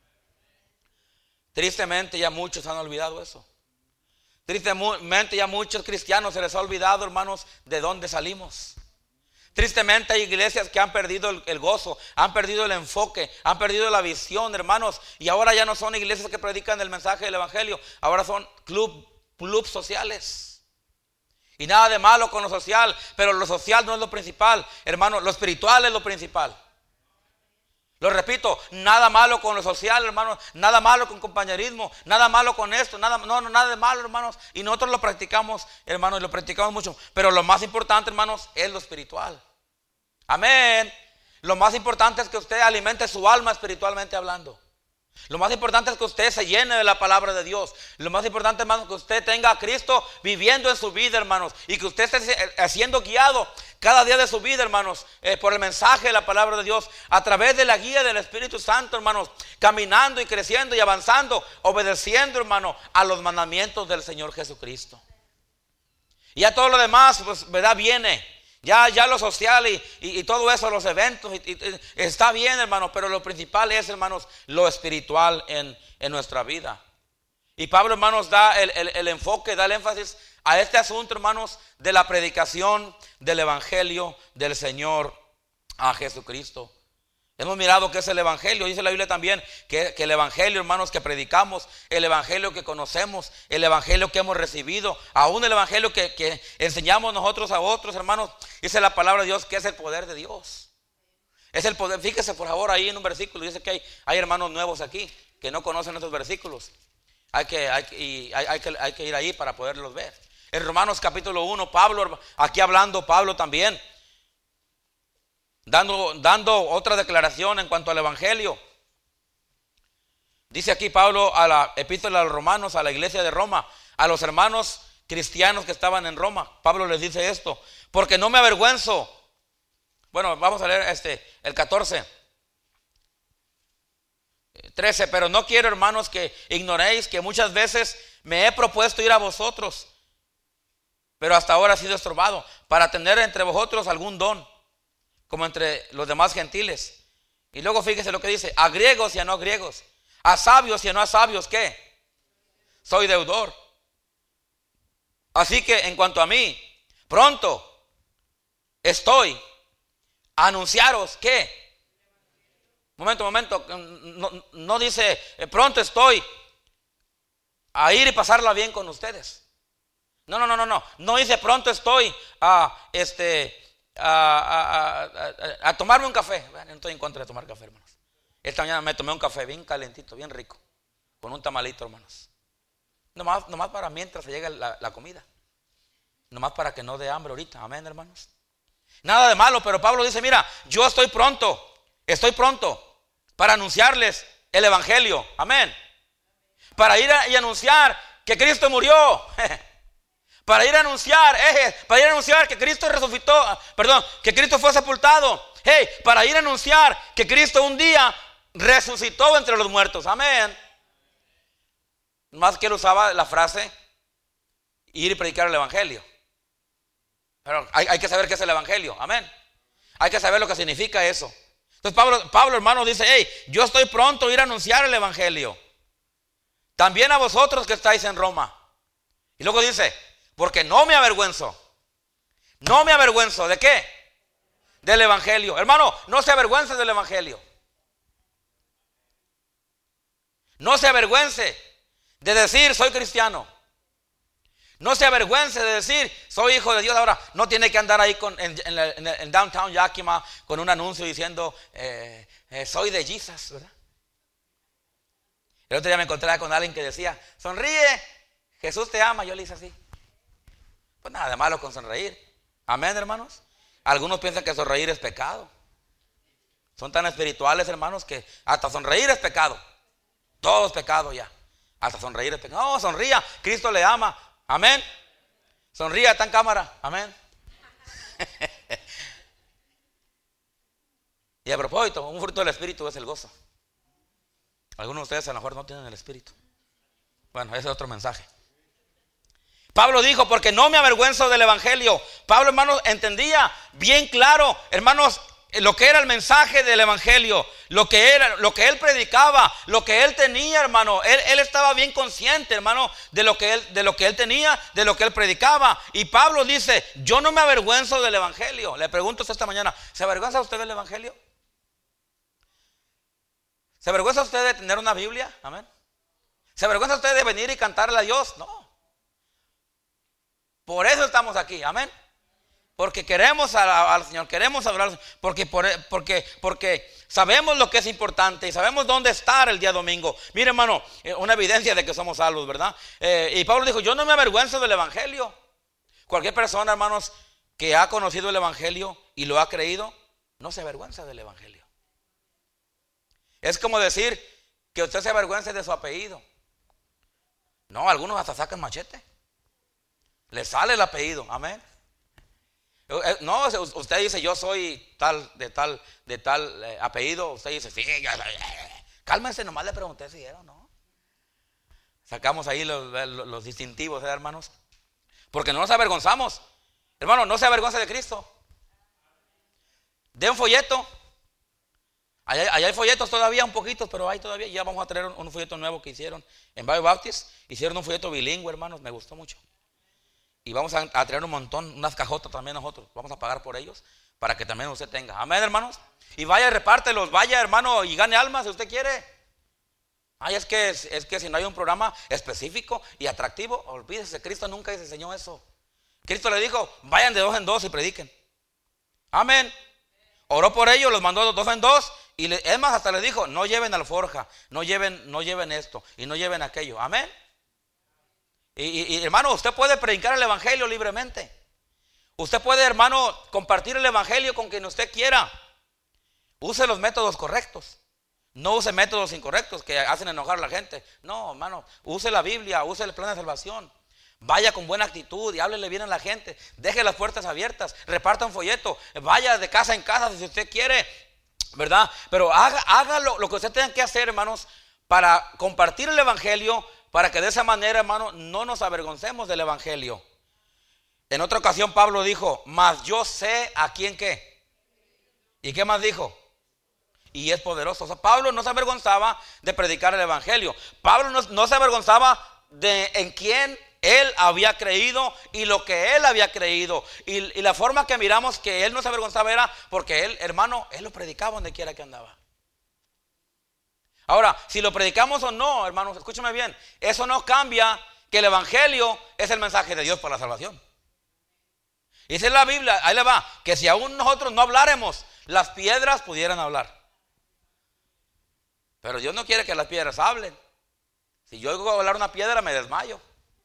Tristemente ya muchos han olvidado eso. Tristemente ya muchos cristianos se les ha olvidado, hermanos, de dónde salimos. Tristemente hay iglesias que han perdido el, el gozo, han perdido el enfoque, han perdido la visión, hermanos. Y ahora ya no son iglesias que predican el mensaje del evangelio, ahora son club, clubs sociales. Y nada de malo con lo social, pero lo social no es lo principal, hermano, lo espiritual es lo principal. Lo repito, nada malo con lo social, hermanos, nada malo con compañerismo, nada malo con esto, nada, no, no, nada de malo, hermanos. Y nosotros lo practicamos, hermanos, y lo practicamos mucho. Pero lo más importante, hermanos, es lo espiritual. Amén. Lo más importante es que usted alimente su alma espiritualmente hablando. Lo más importante es que usted se llene de la palabra de Dios. Lo más importante, hermanos, es que usted tenga a Cristo viviendo en su vida, hermanos. Y que usted esté siendo guiado cada día de su vida, hermanos, eh, por el mensaje de la palabra de Dios, a través de la guía del Espíritu Santo, hermanos, caminando y creciendo y avanzando, obedeciendo, hermano, a los mandamientos del Señor Jesucristo. Y a todo lo demás, pues, ¿verdad? Viene. Ya, ya lo social y, y, y todo eso, los eventos, y, y, está bien, hermano, pero lo principal es, hermanos, lo espiritual en, en nuestra vida. Y Pablo, hermanos, da el, el, el enfoque, da el énfasis a este asunto, hermanos, de la predicación del evangelio del Señor a Jesucristo. Hemos mirado que es el evangelio, dice la Biblia también que, que el evangelio, hermanos, que predicamos, el evangelio que conocemos, el evangelio que hemos recibido, aún el evangelio que, que enseñamos nosotros a otros, hermanos, dice la palabra de Dios que es el poder de Dios. Es el poder. Fíjese por favor ahí en un versículo, dice que hay, hay hermanos nuevos aquí que no conocen estos versículos. Hay que, hay, y hay, hay, que, hay que ir ahí para poderlos ver. En Romanos capítulo uno, Pablo, aquí hablando Pablo también, Dando, dando otra declaración en cuanto al evangelio. Dice aquí Pablo a la epístola a los romanos, a la iglesia de Roma, a los hermanos cristianos que estaban en Roma. Pablo les dice esto: porque no me avergüenzo. Bueno, vamos a leer este, el catorce, trece. Pero no quiero, hermanos, que ignoréis que muchas veces me he propuesto ir a vosotros, pero hasta ahora he sido estorbado, para tener entre vosotros algún don, como entre los demás gentiles. Y luego fíjese lo que dice: a griegos y a no griegos, a sabios y a no a sabios, ¿qué? Soy deudor. Así que en cuanto a mí, pronto estoy a anunciaros, ¿qué? Momento, momento, no, no dice pronto estoy a ir y pasarla bien con ustedes. No, no, no, no, no. No dice pronto estoy a este A, a, a, a tomarme un café. Bueno, no estoy en contra de tomar café, hermanos. Esta mañana me tomé un café bien calentito, bien rico, con un tamalito, hermanos. Nomás, nomás para mientras se llega la, la comida. Nomás para que no dé hambre ahorita. Amén, hermanos. Nada de malo, pero Pablo dice: mira, yo estoy pronto, estoy pronto para anunciarles el evangelio. Amén. Para ir a, y anunciar que Cristo murió. Para ir a anunciar, eh, para ir a anunciar que Cristo resucitó, perdón, que Cristo fue sepultado. Hey, para ir a anunciar que Cristo un día resucitó entre los muertos. Amén. Más que él usaba la frase ir y predicar el evangelio. Pero hay, hay que saber qué es el evangelio. Amén. Hay que saber lo que significa eso. Entonces Pablo, Pablo hermano dice: hey, yo estoy pronto a ir a anunciar el evangelio, también a vosotros que estáis en Roma. Y luego dice: porque no me avergüenzo. No me avergüenzo. ¿De qué? Del evangelio. Hermano, no se avergüence del evangelio. No se avergüence de decir soy cristiano. No se avergüence de decir soy hijo de Dios. Ahora, no tiene que andar ahí con, en, en, en, en Downtown Yakima con un anuncio diciendo eh, eh, soy de Jesus, ¿verdad? El otro día me encontraba con alguien que decía: sonríe, Jesús te ama. Yo le hice así. Pues nada de malo con sonreír. Amén, hermanos. Algunos piensan que sonreír es pecado. Son tan espirituales, hermanos, que hasta sonreír es pecado. Todo es pecado ya. Hasta sonreír es pecado. No, sonría, Cristo le ama. Amén. Sonría, está en cámara. Amén. Y a propósito, un fruto del espíritu es el gozo. Algunos de ustedes a lo mejor no tienen el espíritu. Bueno, ese es otro mensaje. Pablo dijo: porque no me avergüenzo del evangelio. Pablo, hermanos, entendía bien claro, hermanos, lo que era el mensaje del evangelio, lo que era, lo que él predicaba, lo que él tenía, hermano. Él, él estaba bien consciente, hermano, de lo que él, de lo que él tenía, de lo que él predicaba. Y Pablo dice: yo no me avergüenzo del evangelio. Le pregunto esta mañana: ¿se avergüenza usted del evangelio? ¿Se avergüenza usted de tener una Biblia? Amén. ¿Se avergüenza usted de venir y cantarle a Dios? No. Por eso estamos aquí, amén. Porque queremos al Señor, queremos hablar, porque, porque, porque sabemos lo que es importante y sabemos dónde estar el día domingo. Mire, hermano, una evidencia de que somos salvos, ¿verdad? Eh, y Pablo dijo: yo no me avergüenzo del evangelio. Cualquier persona, hermanos, que ha conocido el evangelio y lo ha creído, no se avergüenza del evangelio. Es como decir que usted se avergüence de su apellido. No, algunos hasta sacan machete. Le sale el apellido, amén. No, usted dice: yo soy tal, de tal, de tal eh, apellido. Usted dice: sí, yo, cálmense, nomás le pregunté si era o no. Sacamos ahí los, los, los distintivos, ¿eh, hermanos? Porque no nos avergonzamos. Hermano, no se avergüenza de Cristo. De un folleto. Allá, allá hay folletos todavía, un poquito, pero hay todavía. Ya vamos a traer un, un folleto nuevo que hicieron en Bible Baptist. Hicieron un folleto bilingüe, hermanos, me gustó mucho. Y vamos a, a traer un montón, unas cajotas también nosotros. Vamos a pagar por ellos para que también usted tenga. Amén, hermanos. Y vaya, repártelos, vaya, hermano, y gane almas si usted quiere. Ay, es que, es, es que si no hay un programa específico y atractivo, olvídese, Cristo nunca les enseñó eso. Cristo le dijo, vayan de dos en dos y prediquen. Amén. Oró por ellos, los mandó de dos en dos. Y le, es más, hasta les dijo, no lleven alforja, no lleven, no lleven esto y no lleven aquello. Amén. Y, y, y hermano, usted puede predicar el evangelio libremente. Usted puede, hermano, compartir el evangelio con quien usted quiera. Use los métodos correctos. No use métodos incorrectos que hacen enojar a la gente. No, hermano, use la Biblia, use el plan de salvación. Vaya con buena actitud y háblele bien a la gente. Deje las puertas abiertas, reparta un folleto, vaya de casa en casa si usted quiere, ¿verdad? Pero haga, haga lo, lo que usted tenga que hacer, hermanos, para compartir el evangelio, para que de esa manera, hermano, no nos avergoncemos del evangelio. En otra ocasión Pablo dijo, mas yo sé a quién qué. ¿Y qué más dijo? Y es poderoso. O sea, Pablo no se avergonzaba de predicar el evangelio. Pablo no, no se avergonzaba de en quién él había creído y lo que él había creído. Y, y la forma que miramos que él no se avergonzaba era porque él, hermano, él lo predicaba donde quiera que andaba. Ahora, si lo predicamos o no, hermanos, escúchame bien, eso no cambia que el evangelio es el mensaje de Dios para la salvación. Y dice la Biblia, ahí le va, que si aún nosotros no habláremos, las piedras pudieran hablar. Pero Dios no quiere que las piedras hablen. Si yo oigo hablar una piedra, me desmayo.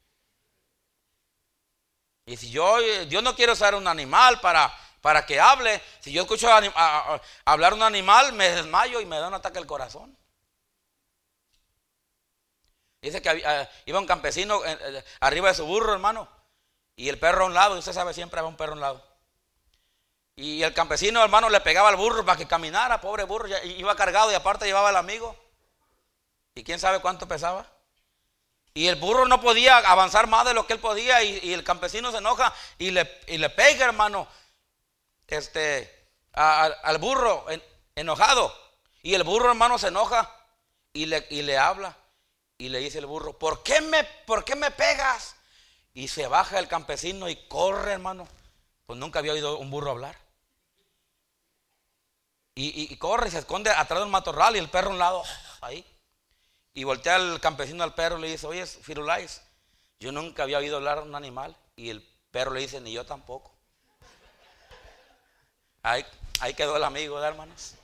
Y si yo, Dios no quiere usar un animal para, para que hable. Si yo escucho a, a, a hablar un animal, me desmayo y me da un ataque al corazón. Dice que uh, iba un campesino eh, eh, arriba de su burro, hermano, y el perro a un lado. Y usted sabe, siempre va un perro a un lado. Y el campesino, hermano, le pegaba al burro para que caminara. Pobre burro, ya iba cargado y aparte llevaba al amigo. Y quién sabe cuánto pesaba. Y el burro no podía avanzar más de lo que él podía. Y, y el campesino se enoja y le, y le pega, hermano, este, a, a, al burro en, enojado. Y el burro, hermano, se enoja y le, y le habla. Y le dice el burro, ¿por qué me, por qué me pegas? Y se baja el campesino y corre, hermano. Pues nunca había oído un burro hablar. Y, y, y corre y se esconde atrás de un matorral y el perro a un lado, ahí. Y voltea el campesino al perro y le dice, oye, Firulais, yo nunca había oído hablar a un animal. Y el perro le dice, ni yo tampoco. Ahí, ahí quedó el amigo, ¿verdad, hermanos?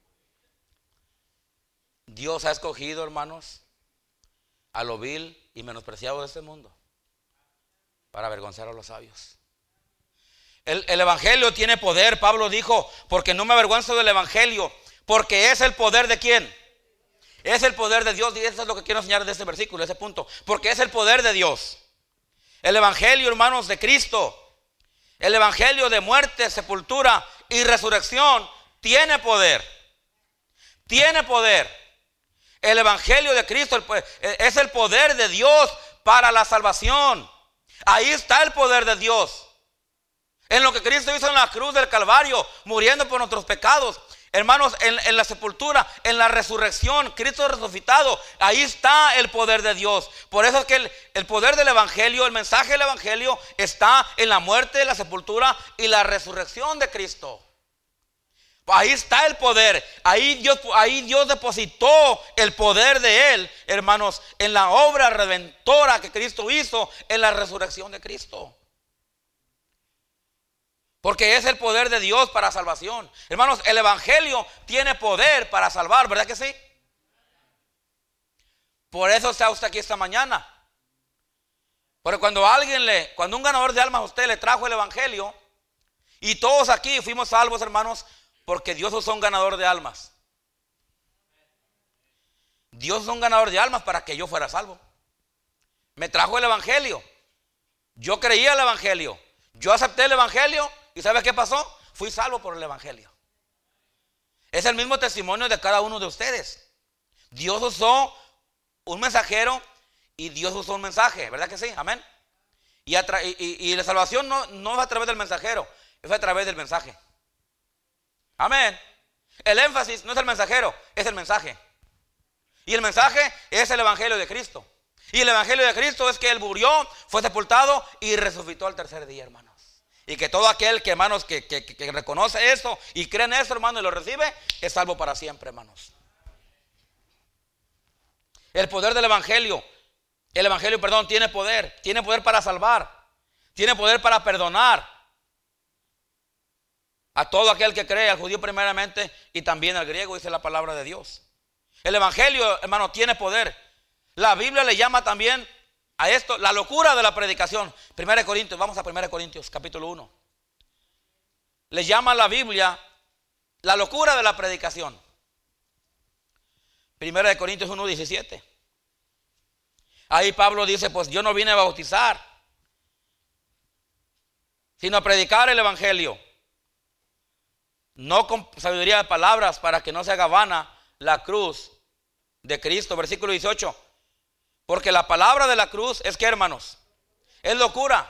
Dios ha escogido, hermanos, a lo vil y menospreciado de este mundo para avergonzar a los sabios. El, el evangelio tiene poder. Pablo dijo, porque no me avergüenzo del evangelio, porque es el poder de ¿quién? Es el poder de Dios. Y eso es lo que quiero enseñar de este versículo, ese punto. Porque es el poder de Dios. El evangelio, hermanos, de Cristo, el evangelio de muerte, sepultura y resurrección tiene poder. Tiene poder. El evangelio de Cristo es el poder de Dios para la salvación. Ahí está el poder de Dios. En lo que Cristo hizo en la cruz del Calvario, muriendo por nuestros pecados. Hermanos, en, en la sepultura, en la resurrección, Cristo resucitado, ahí está el poder de Dios. Por eso es que el, el poder del evangelio, el mensaje del evangelio está en la muerte, la sepultura y la resurrección de Cristo. Ahí está el poder. Ahí Dios, ahí Dios depositó el poder de Él, hermanos, en la obra redentora que Cristo hizo en la resurrección de Cristo. Porque es el poder de Dios para salvación. Hermanos, el evangelio tiene poder para salvar, ¿verdad que sí? Por eso está usted aquí esta mañana. Porque cuando alguien le, cuando un ganador de almas a usted le trajo el evangelio, y todos aquí fuimos salvos, hermanos, porque Dios usó un ganador de almas. Dios usó un ganador de almas para que yo fuera salvo. Me trajo el evangelio. Yo creía el evangelio. Yo acepté el evangelio. ¿Y sabe qué pasó? Fui salvo por el evangelio. Es el mismo testimonio de cada uno de ustedes. Dios usó un mensajero y Dios usó un mensaje, ¿verdad que sí? Amén. Y, y, y, y la salvación no, no es a través del mensajero, es a través del mensaje. Amén. El énfasis no es el mensajero, es el mensaje. Y el mensaje es el evangelio de Cristo. Y el evangelio de Cristo es que Él murió, fue sepultado y resucitó al tercer día, hermanos. Y que todo aquel que, hermanos, que, que, que reconoce eso y cree en eso, hermanos, y lo recibe, es salvo para siempre, hermanos. El poder del evangelio, el evangelio, perdón, tiene poder. Tiene poder para salvar. Tiene poder para perdonar a todo aquel que cree, al judío primeramente y también al griego, dice la palabra de Dios. El evangelio, hermano, tiene poder. La Biblia le llama también a esto la locura de la predicación. Primera de Corintios, vamos a Primera de Corintios, capítulo uno. Le llama la Biblia la locura de la predicación. Primera de Corintios uno, diecisiete. Ahí Pablo dice, pues yo no vine a bautizar, sino a predicar el evangelio, no con sabiduría de palabras, para que no se haga vana la cruz de Cristo. Versículo dieciocho. Porque la palabra de la cruz es que, hermanos, es locura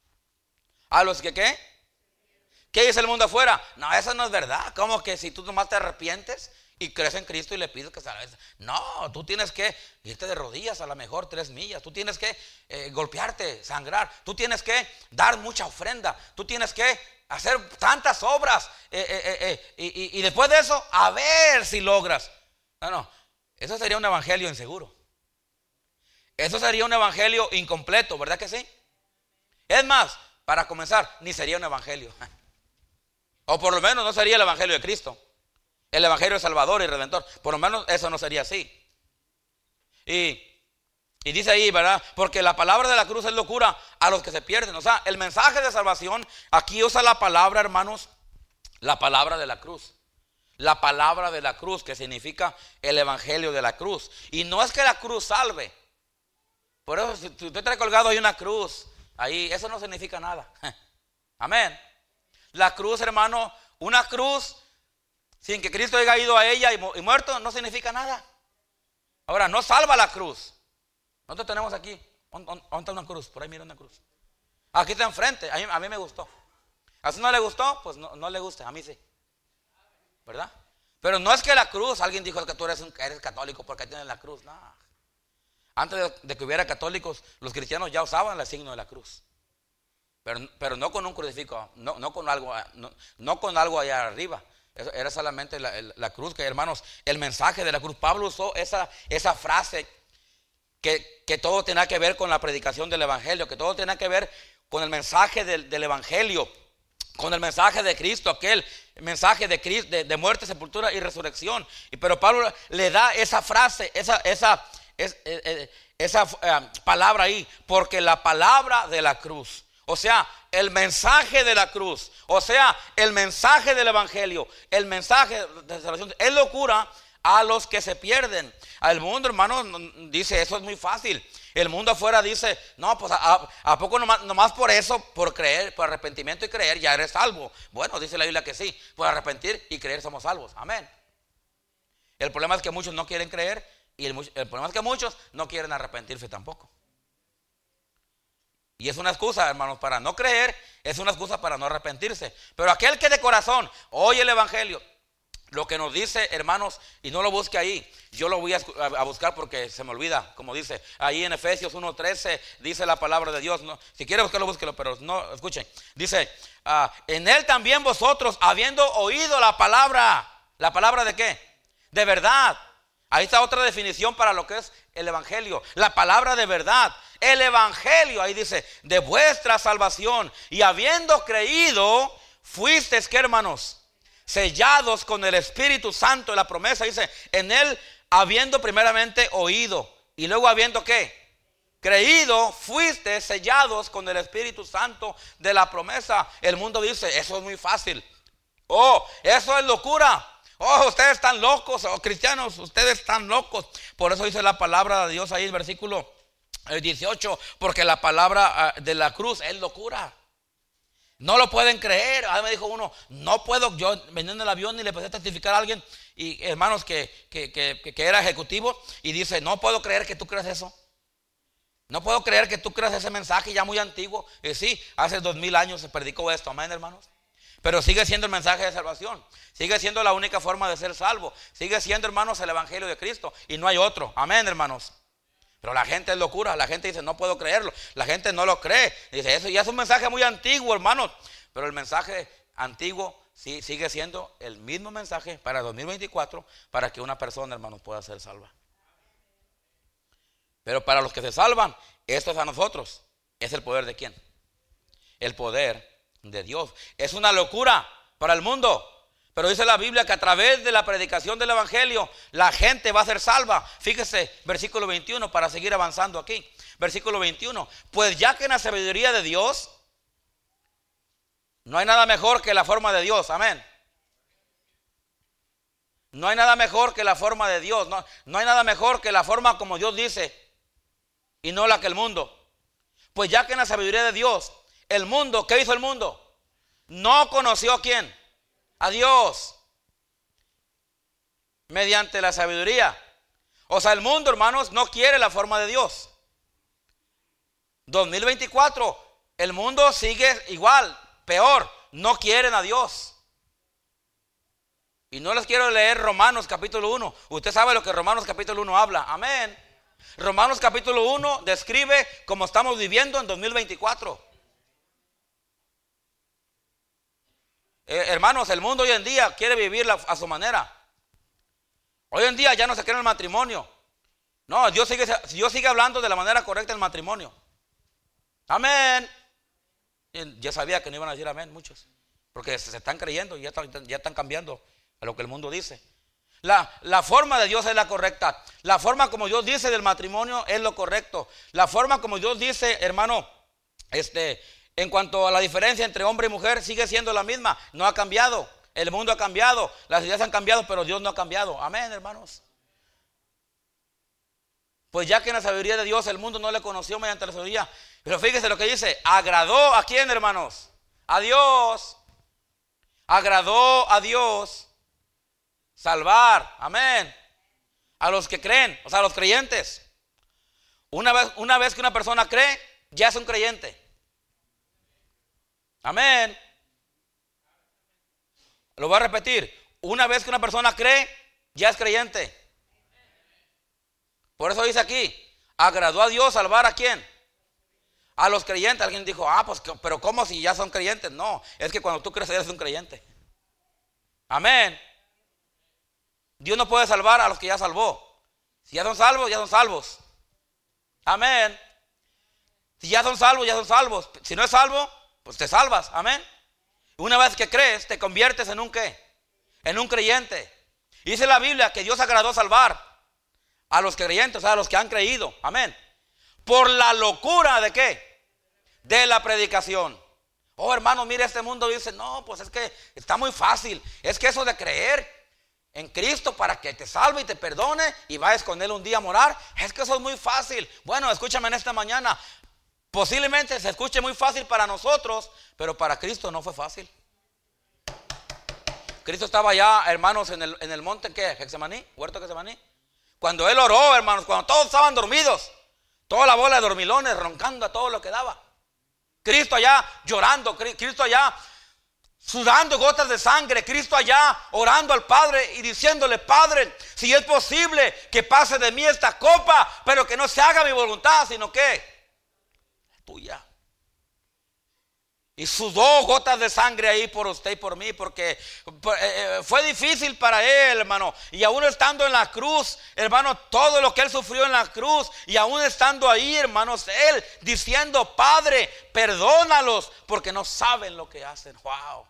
a los que ¿qué? ¿Qué dice el mundo afuera? No, eso no es verdad. ¿Cómo que si tú nomás te arrepientes y crees en Cristo y le pides que salga? No, tú tienes que irte de rodillas a lo mejor tres millas. Tú tienes que eh, golpearte, sangrar. Tú tienes que dar mucha ofrenda. Tú tienes que hacer tantas obras. Eh, eh, eh, y, y, y después de eso, a ver si logras. No, no. Eso sería un evangelio inseguro. Eso sería un evangelio incompleto, ¿verdad que sí? Es más, para comenzar, ni sería un evangelio. O por lo menos no sería el evangelio de Cristo. El evangelio de Salvador y Redentor. Por lo menos eso no sería así. Y, y dice ahí, ¿verdad? Porque la palabra de la cruz es locura a los que se pierden. O sea, el mensaje de salvación, aquí usa la palabra, hermanos, la palabra de la cruz. La palabra de la cruz, que significa el evangelio de la cruz. Y no es que la cruz salve. Por eso, si usted trae colgado ahí una cruz, ahí, eso no significa nada. Amén. La cruz, hermano, una cruz sin que Cristo haya ido a ella y, mu y muerto, no significa nada. Ahora, no salva la cruz. Nosotros tenemos aquí, ¿dónde está una cruz? Por ahí mira una cruz. Aquí está enfrente, a mí, a mí me gustó. A si no le gustó, pues no, no le guste, a mí sí. ¿Verdad? Pero no es que la cruz, alguien dijo que tú eres, un, eres católico porque tienes la cruz. No. Antes de, de que hubiera católicos, los cristianos ya usaban el signo de la cruz. Pero, pero no con un crucifijo, no, no, con algo, no, no con algo allá arriba. Eso era solamente la, la cruz, que hermanos, el mensaje de la cruz. Pablo usó esa, esa frase que, que todo tenía que ver con la predicación del evangelio, que todo tenía que ver con el mensaje del, del evangelio, con el mensaje de Cristo, aquel mensaje de, Cristo, de, de muerte, sepultura y resurrección. Y pero Pablo le da esa frase, esa, esa, es, es, esa uh, palabra ahí, porque la palabra de la cruz, o sea, el mensaje de la cruz, o sea, el mensaje del evangelio, el mensaje de salvación, es locura a los que se pierden. Al mundo, hermano, dice, eso es muy fácil. El mundo afuera dice, no, pues a, a poco nomás, nomás por eso, por creer, por arrepentimiento y creer, ya eres salvo. Bueno, dice la Biblia que sí, por arrepentir y creer somos salvos. Amén. El problema es que muchos no quieren creer y el, el problema es que muchos no quieren arrepentirse tampoco. Y es una excusa, hermanos, para no creer, es una excusa para no arrepentirse. Pero aquel que de corazón oye el evangelio, lo que nos dice, hermanos, y no lo busque ahí, yo lo voy a, a buscar porque se me olvida, como dice ahí en Efesios uno trece, dice la palabra de Dios. No, si quiere buscarlo, búsquelo, pero no, escuchen. Dice, uh, en él también vosotros, habiendo oído la palabra, ¿la palabra de qué? De verdad. Ahí está otra definición para lo que es el evangelio, la palabra de verdad. El evangelio, ahí dice, de vuestra salvación, y habiendo creído, fuisteis, ¿qué, hermanos? Sellados con el Espíritu Santo de la promesa. Dice, en él habiendo primeramente oído, y luego habiendo ¿qué? Creído, fuiste sellados con el Espíritu Santo de la promesa. El mundo dice, eso es muy fácil. Oh, eso es locura. Oh, ustedes están locos, oh, cristianos, ustedes están locos. Por eso dice la palabra de Dios ahí, el versículo dieciocho, porque la palabra de la cruz es locura. No lo pueden creer. Ahí me dijo uno, no puedo, yo venía en el avión y le empecé a testificar a alguien, y hermanos, que, que, que, que era ejecutivo, y dice, no puedo creer que tú creas eso. No puedo creer que tú creas ese mensaje ya muy antiguo. Y sí, hace dos mil años se predicó esto, amén, hermanos. Pero sigue siendo el mensaje de salvación. Sigue siendo la única forma de ser salvo. Sigue siendo, hermanos, el evangelio de Cristo. Y no hay otro. Amén, hermanos. Pero la gente es locura. La gente dice, no puedo creerlo. La gente no lo cree. Dice, eso ya es un mensaje muy antiguo, hermanos. Pero el mensaje antiguo sí, sigue siendo el mismo mensaje para dos mil veinticuatro, para que una persona, hermanos, pueda ser salva. Pero para los que se salvan, esto es a nosotros. ¿Es el poder de quién? El poder de Dios. Es una locura para el mundo. Pero dice la Biblia que a través de la predicación del evangelio la gente va a ser salva. Fíjese, versículo veintiuno, para seguir avanzando aquí. Versículo veintiuno. Pues ya que en la sabiduría de Dios no hay nada mejor que la forma de Dios. Amén. No hay nada mejor que la forma de Dios. No, no hay nada mejor que la forma como Dios dice y no la que el mundo. Pues ya que en la sabiduría de Dios, el mundo, ¿qué hizo el mundo? No conoció a quién. A Dios. Mediante la sabiduría. O sea, el mundo, hermanos, no quiere la forma de Dios. dos mil veinticuatro, el mundo sigue igual, peor. No quieren a Dios. Y no les quiero leer Romanos capítulo uno. Usted sabe lo que Romanos capítulo uno habla. Amén. Romanos capítulo uno describe cómo estamos viviendo en dos mil veinticuatro. Eh, hermanos, el mundo hoy en día quiere vivir la, a su manera. Hoy en día ya no se cree en el matrimonio. No, Dios sigue, Dios sigue hablando de la manera correcta del matrimonio. Amén. Y ya sabía que no iban a decir amén muchos, porque se, se están creyendo y ya están, ya están cambiando a lo que el mundo dice. La, la forma de Dios es la correcta. La forma como Dios dice del matrimonio es lo correcto. La forma como Dios dice, hermano, este... en cuanto a la diferencia entre hombre y mujer, sigue siendo la misma. No ha cambiado. El mundo ha cambiado. Las ideas han cambiado, pero Dios no ha cambiado. Amén, hermanos. Pues ya que en la sabiduría de Dios el mundo no le conoció mediante la sabiduría. Pero fíjese lo que dice. Agradó a quién, hermanos. A Dios. Agradó a Dios salvar. Amén. A los que creen. O sea, a los creyentes. Una vez, una vez que una persona cree, ya es un creyente. Amén. Lo voy a repetir. Una vez que una persona cree, ya es creyente. Por eso dice aquí, agradó a Dios salvar a quién. A los creyentes. Alguien dijo, ah, pues, pero ¿cómo si ya son creyentes? No, es que cuando tú crees eres un creyente. Amén. Dios no puede salvar a los que ya salvó. Si ya son salvos, ya son salvos. Amén. Si ya son salvos, ya son salvos. Si no es salvo, pues te salvas. Amén. Una vez que crees, te conviertes en un ¿qué? En un creyente. Y dice la Biblia que Dios agradó salvar a los creyentes, o sea, a los que han creído. Amén. Por la locura de ¿qué? De la predicación. Oh, hermano, mire, este mundo dice, no, pues es que está muy fácil. Es que eso de creer en Cristo para que te salve y te perdone y vayas con Él un día a morar, es que eso es muy fácil. Bueno, escúchame en esta mañana. Posiblemente se escuche muy fácil para nosotros, pero para Cristo no fue fácil. Cristo estaba allá, hermanos, en el, en el monte, ¿qué? Getsemaní, huerto de Getsemaní. Cuando Él oró, hermanos, cuando todos estaban dormidos, toda la bola de dormilones roncando a todo lo que daba. Cristo allá llorando, Cristo allá sudando gotas de sangre, Cristo allá orando al Padre y diciéndole, Padre, si es posible que pase de mí esta copa, pero que no se haga mi voluntad, sino que tuya. Y sudó gotas de sangre ahí por usted y por mí, porque eh, fue difícil para Él, hermano. Y aún estando en la cruz, hermano, todo lo que Él sufrió en la cruz, y aún estando ahí, hermanos, Él diciendo, Padre, perdónalos, porque no saben lo que hacen. Wow.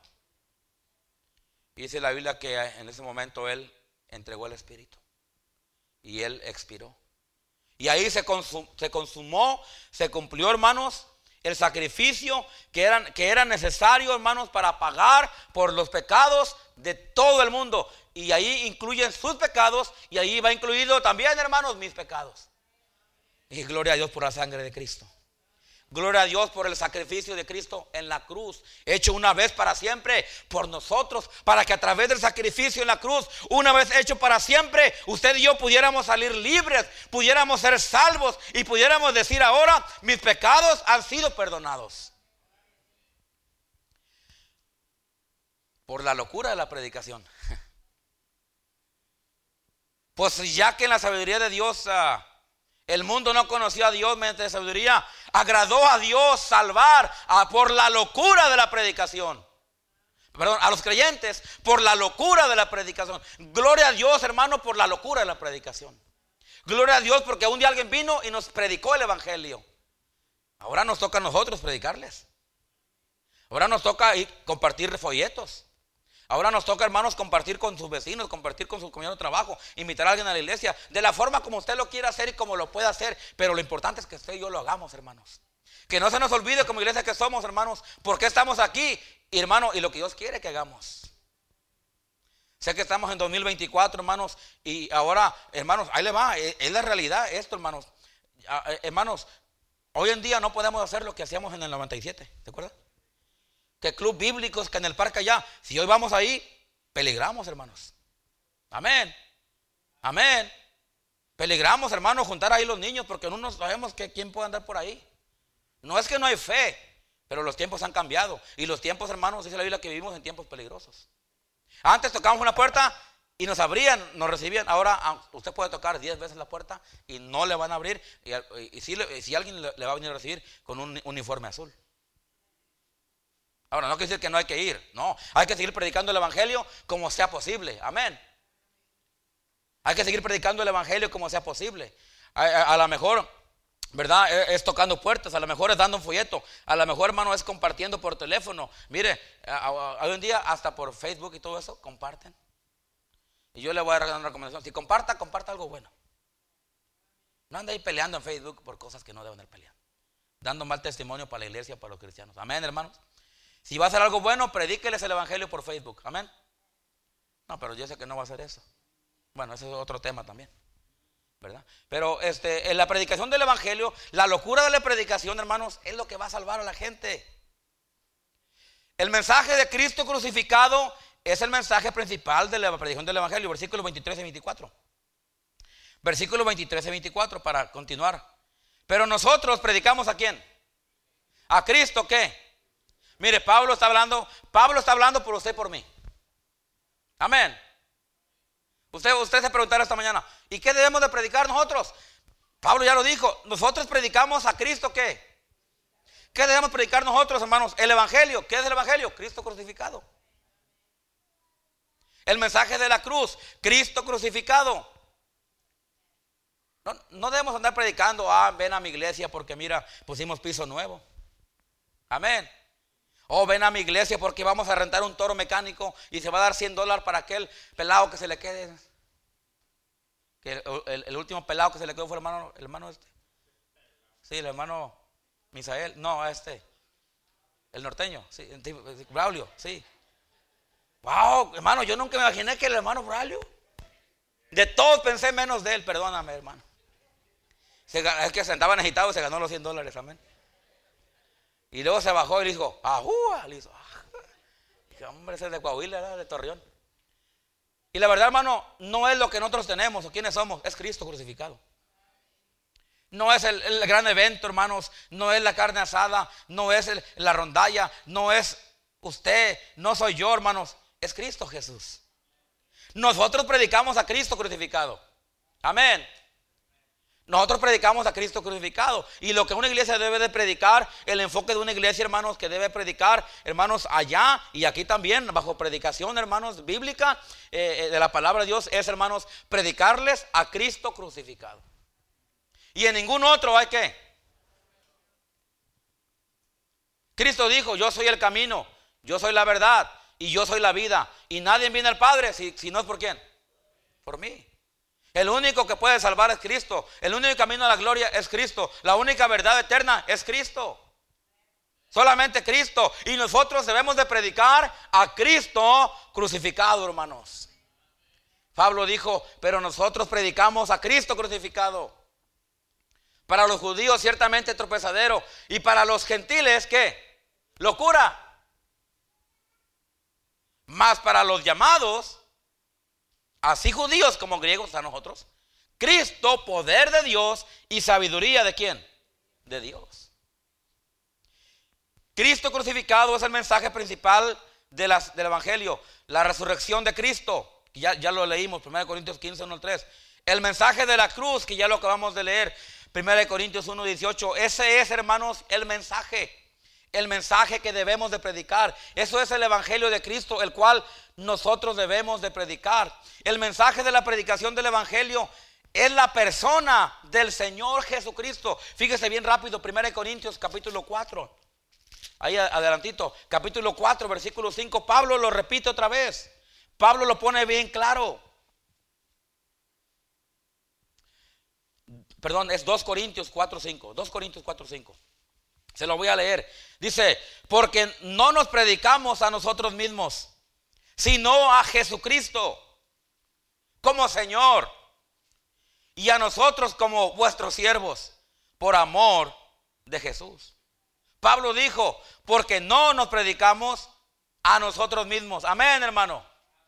Y dice la Biblia que en ese momento Él entregó el Espíritu y Él expiró. Y ahí se consumó, se consumó, se cumplió, hermanos, el sacrificio que era, que era necesario, hermanos, para pagar por los pecados de todo el mundo. Y ahí incluyen sus pecados y ahí va incluido también, hermanos, mis pecados. Y gloria a Dios por la sangre de Cristo. Gloria a Dios por el sacrificio de Cristo en la cruz, hecho una vez para siempre por nosotros, para que a través del sacrificio en la cruz, una vez hecho para siempre, usted y yo pudiéramos salir libres, pudiéramos ser salvos y pudiéramos decir ahora, mis pecados han sido perdonados. Por la locura de la predicación. Pues ya que en la sabiduría de Dios uh, el mundo no conoció a Dios mediante la sabiduría, agradó a Dios salvar uh, por la locura de la predicación. Perdón, a los creyentes por la locura de la predicación. Gloria a Dios, hermano, por la locura de la predicación. Gloria a Dios porque un día alguien vino y nos predicó el evangelio. Ahora nos toca a nosotros predicarles. Ahora nos toca ir, compartir folletos. Ahora nos toca, hermanos, compartir con sus vecinos, compartir con sus compañeros de trabajo, invitar a alguien a la iglesia, de la forma como usted lo quiera hacer y como lo pueda hacer. Pero lo importante es que usted y yo lo hagamos, hermanos. Que no se nos olvide como iglesia que somos, hermanos, por qué estamos aquí, y, hermano, y lo que Dios quiere que hagamos. Sé que estamos en dos mil veinticuatro, hermanos, y ahora, hermanos, ahí le va, es, es la realidad esto, hermanos. Hermanos, hoy en día no podemos hacer lo que hacíamos en el noventa y siete, ¿te acuerdas? Que club bíblicos, que en el parque allá. Si hoy vamos ahí, peligramos, hermanos. Amén. Amén. Peligramos, hermanos, juntar ahí los niños, porque no sabemos que quién puede andar por ahí. No es que no hay fe, pero los tiempos han cambiado. Y los tiempos, hermanos, dice la Biblia que vivimos en tiempos peligrosos. Antes tocábamos una puerta y nos abrían, nos recibían. Ahora usted puede tocar diez veces la puerta y no le van a abrir. Y, y, y, si, y si alguien le, le va a venir a recibir con un uniforme azul. Ahora, no quiere decir que no hay que ir, no, hay que seguir predicando el evangelio como sea posible, amén. Hay que seguir predicando el evangelio como sea posible. A, a, a lo mejor, ¿verdad? Es, es tocando puertas, a lo mejor es dando un folleto, a lo mejor, hermano, es compartiendo por teléfono. Mire, hoy en día hasta por Facebook y todo eso, comparten. Y yo le voy a dar una recomendación, si comparta, comparta algo bueno. No ande ahí peleando en Facebook por cosas que no deben de pelear, dando mal testimonio para la iglesia, para los cristianos, amén, hermanos. Si va a hacer algo bueno, predíqueles el evangelio por Facebook, amén. No, pero yo sé que no va a hacer eso. Bueno, ese es otro tema también, ¿verdad? Pero este, en la predicación del evangelio, la locura de la predicación, hermanos, es lo que va a salvar a la gente. El mensaje de Cristo crucificado es el mensaje principal de la predicación del evangelio, versículos veintitrés y veinticuatro. Versículos veintitrés y veinticuatro para continuar. Pero nosotros predicamos ¿a quién? ¿A Cristo qué? Mire, Pablo está hablando, Pablo está hablando por usted y por mí. Amén. Usted, usted se preguntará esta mañana, ¿y qué debemos de predicar nosotros? Pablo ya lo dijo, nosotros predicamos a Cristo ¿qué? ¿Qué debemos predicar nosotros, hermanos? El evangelio. ¿Qué es el evangelio? Cristo crucificado. El mensaje de la cruz, Cristo crucificado. No, no debemos andar predicando, ah, ven a mi iglesia porque mira, pusimos piso nuevo. Amén. Oh, ven a mi iglesia porque vamos a rentar un toro mecánico y se va a dar cien dólares para aquel pelado que se le quede. Que el, el, el último pelado que se le quedó fue el hermano, el hermano este. Sí, el hermano Misael. No, este. El norteño. Sí, Braulio, sí. Wow, hermano, yo nunca me imaginé que el hermano Braulio. De todos pensé menos de él, perdóname, hermano. Se, es que se andaba agitado y se ganó los cien dólares, amén. Y luego se bajó y le dijo, ¡ajúa! Le hizo, ¡ah! Dije, hombre, ese es de Coahuila, ¿verdad? De Torreón. Y la verdad, hermano, no es lo que nosotros tenemos o quiénes somos, es Cristo crucificado. No es el, el gran evento, hermanos, no es la carne asada, no es el, la rondalla, no es usted, no soy yo, hermanos, es Cristo Jesús. Nosotros predicamos a Cristo crucificado. Amén. Nosotros predicamos a Cristo crucificado. Y lo que una iglesia debe de predicar, el enfoque de una iglesia, hermanos, que debe predicar, hermanos, allá y aquí también, bajo predicación, hermanos, bíblica, eh, de la palabra de Dios, es, hermanos, predicarles a Cristo crucificado. Y en ningún otro hay que. Cristo dijo, yo soy el camino, yo soy la verdad y yo soy la vida. Y nadie viene al Padre si, si no es por quién. Por mí. El único que puede salvar es Cristo. El único camino a la gloria es Cristo. La única verdad eterna es Cristo. Solamente Cristo. Y nosotros debemos de predicar a Cristo crucificado, hermanos. Pablo dijo, pero nosotros predicamos a Cristo crucificado. Para los judíos ciertamente tropezadero. Y para los gentiles, ¿qué? Locura. Mas para los llamados, así judíos como griegos a nosotros, Cristo, poder de Dios y sabiduría de quién? De Dios. Cristo crucificado es el mensaje principal de las, del evangelio, la resurrección de Cristo, que ya, ya lo leímos, primera Corintios quince, uno al tres. El mensaje de la cruz, que ya lo acabamos de leer, primera Corintios uno, dieciocho. Ese es, hermanos, el mensaje. El mensaje que debemos de predicar. Eso es el evangelio de Cristo, el cual nosotros debemos de predicar. El mensaje de la predicación del evangelio es la persona del Señor Jesucristo. Fíjese bien rápido, primera Corintios capítulo cuatro. Ahí adelantito, capítulo cuatro, versículo cinco. Pablo lo repite otra vez. Pablo lo pone bien claro. Perdón, es dos Corintios cuatro, cinco. dos Corintios cuatro, cinco. Se lo voy a leer. Dice, porque no nos predicamos a nosotros mismos, sino a Jesucristo como Señor, y a nosotros como vuestros siervos, por amor de Jesús. Pablo dijo, porque no nos predicamos a nosotros mismos. Amén, hermano.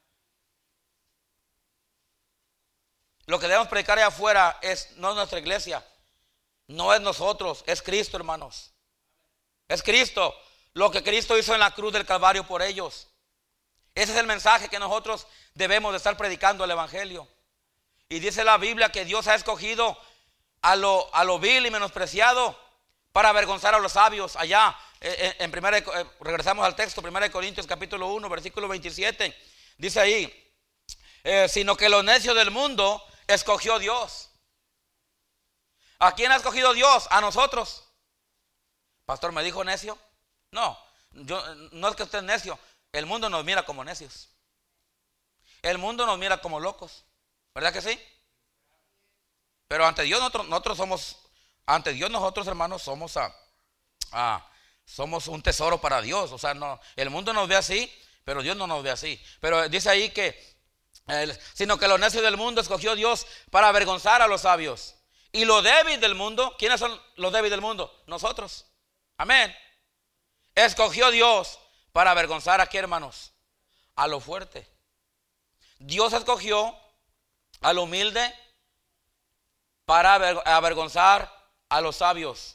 Lo que debemos predicar allá afuera es no nuestra iglesia, no es nosotros, es Cristo, hermanos. Es Cristo, lo que Cristo hizo en la cruz del Calvario por ellos. Ese es el mensaje que nosotros debemos de estar predicando, el evangelio. Y dice la Biblia que Dios ha escogido a lo, a lo vil y menospreciado para avergonzar a los sabios. Allá en, en primera, eh, regresamos al texto, primera Corintios capítulo uno, versículo veintisiete. Dice ahí, eh, sino que los necios del mundo escogió Dios. ¿A quién ha escogido Dios? A nosotros. Pastor, ¿me dijo necio? No, yo, no es que usted es necio. El mundo nos mira como necios. El mundo nos mira como locos. ¿Verdad que sí? Pero ante Dios nosotros, nosotros somos, ante Dios nosotros, hermanos, somos a, a, somos un tesoro para Dios. O sea, no, el mundo nos ve así, pero Dios no nos ve así. Pero dice ahí que, eh, sino que los necios del mundo escogió Dios para avergonzar a los sabios. Y lo débil del mundo, ¿quiénes son los débiles del mundo? Nosotros. Amén. Escogió Dios para avergonzar a qué, hermanos, a lo fuerte. Dios escogió al humilde para avergonzar a los sabios.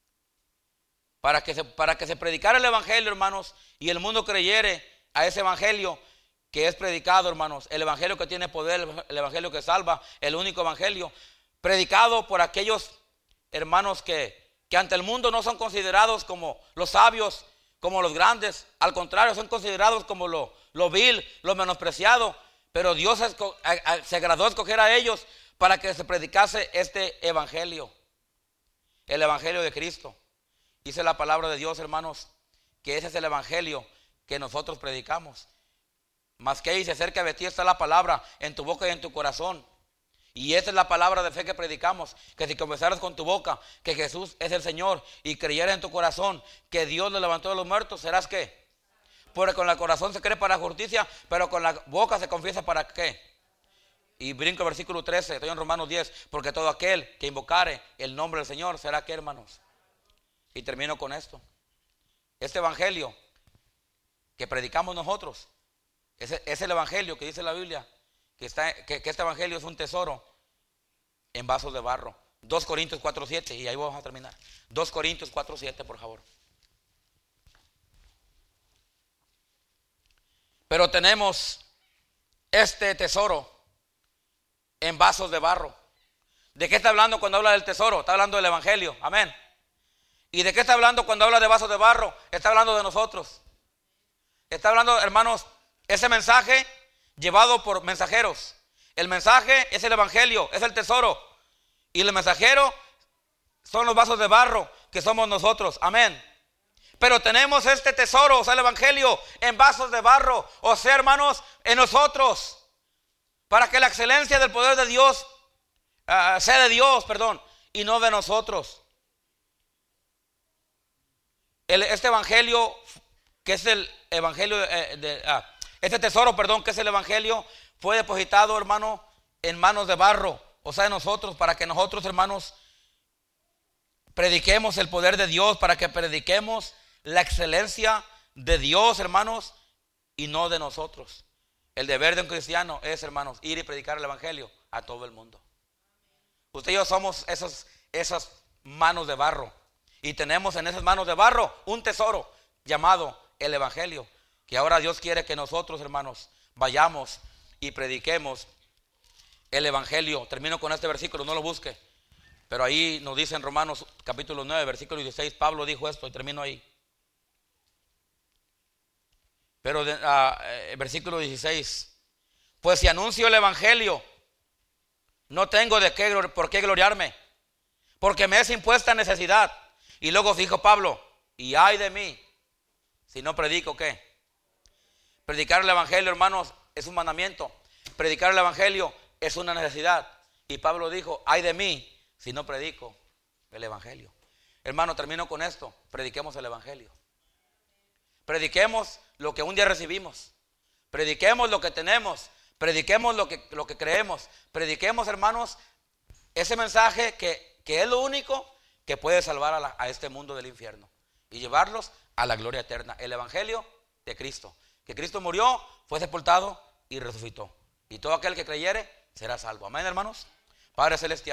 Para que se, para que se predicara el evangelio, hermanos, y el mundo creyere a ese evangelio que es predicado, hermanos. El evangelio que tiene poder, el evangelio que salva, el único evangelio predicado por aquellos hermanos que que ante el mundo no son considerados como los sabios, como los grandes. Al contrario, son considerados como lo, lo vil, lo menospreciado. Pero Dios esco, a, a, se agradó escoger a ellos para que se predicase este evangelio, el evangelio de Cristo. Dice la palabra de Dios, hermanos, que ese es el evangelio que nosotros predicamos. Mas que dice, cerca de ti está la palabra en tu boca y en tu corazón. Y esa es la palabra de fe que predicamos, que si confesaras con tu boca que Jesús es el Señor y creyeras en tu corazón que Dios lo levantó de los muertos, serás ¿qué? Porque con el corazón se cree para justicia, pero con la boca se confiesa para ¿qué? Y brinco el versículo trece, estoy en Romanos diez, porque todo aquel que invocare el nombre del Señor será ¿qué, hermanos? Y termino con esto. Este evangelio que predicamos nosotros, es, es el evangelio que dice la Biblia, Que, está, que, que este evangelio es un tesoro en vasos de barro. dos Corintios cuatro, siete, y ahí vamos a terminar. dos Corintios cuatro, siete, por favor. Pero tenemos este tesoro en vasos de barro. ¿De qué está hablando cuando habla del tesoro? Está hablando del evangelio, amén. ¿Y de qué está hablando cuando habla de vasos de barro? Está hablando de nosotros. Está hablando, hermanos, ese mensaje llevado por mensajeros. El mensaje es el evangelio, es el tesoro. Y el mensajero son los vasos de barro que somos nosotros, amén. Pero tenemos este tesoro, o sea, el evangelio en vasos de barro, o sea, hermanos, en nosotros, para que la excelencia del poder de Dios uh, sea de Dios, perdón, y no de nosotros. El, este evangelio, que es el evangelio de, de ah, este tesoro, perdón, que es el evangelio, fue depositado, hermano, en manos de barro, o sea, en nosotros, para que nosotros, hermanos, prediquemos el poder de Dios, para que prediquemos la excelencia de Dios, hermanos, y no de nosotros. El deber de un cristiano es, hermanos, ir y predicar el evangelio a todo el mundo. Usted y yo somos esos, esas manos de barro, y tenemos en esas manos de barro un tesoro llamado el evangelio. que ahora Dios quiere que nosotros, hermanos, vayamos y prediquemos el evangelio. Termino con este versículo, no lo busque, pero ahí nos dice en Romanos capítulo nueve, versículo dieciséis, Pablo dijo esto y termino ahí. Pero de, uh, versículo dieciséis, pues si anuncio el evangelio, no tengo de qué, por qué gloriarme, porque me es impuesta necesidad. Y luego dijo Pablo, y ay de mí, si no predico, ¿qué? Predicar el evangelio, hermanos, es un mandamiento. Predicar el evangelio es una necesidad. Y Pablo dijo, ay de mí, si no predico el evangelio. Hermano, termino con esto. Prediquemos el evangelio. Prediquemos lo que un día recibimos. Prediquemos lo que tenemos. Prediquemos lo que, lo que creemos. Prediquemos, hermanos, ese mensaje que, que es lo único que puede salvar a, la, a este mundo del infierno y llevarlos a la gloria eterna. El evangelio de Cristo. Que Cristo murió, fue sepultado y resucitó. Y todo aquel que creyere será salvo. Amén, hermanos. Padre celestial.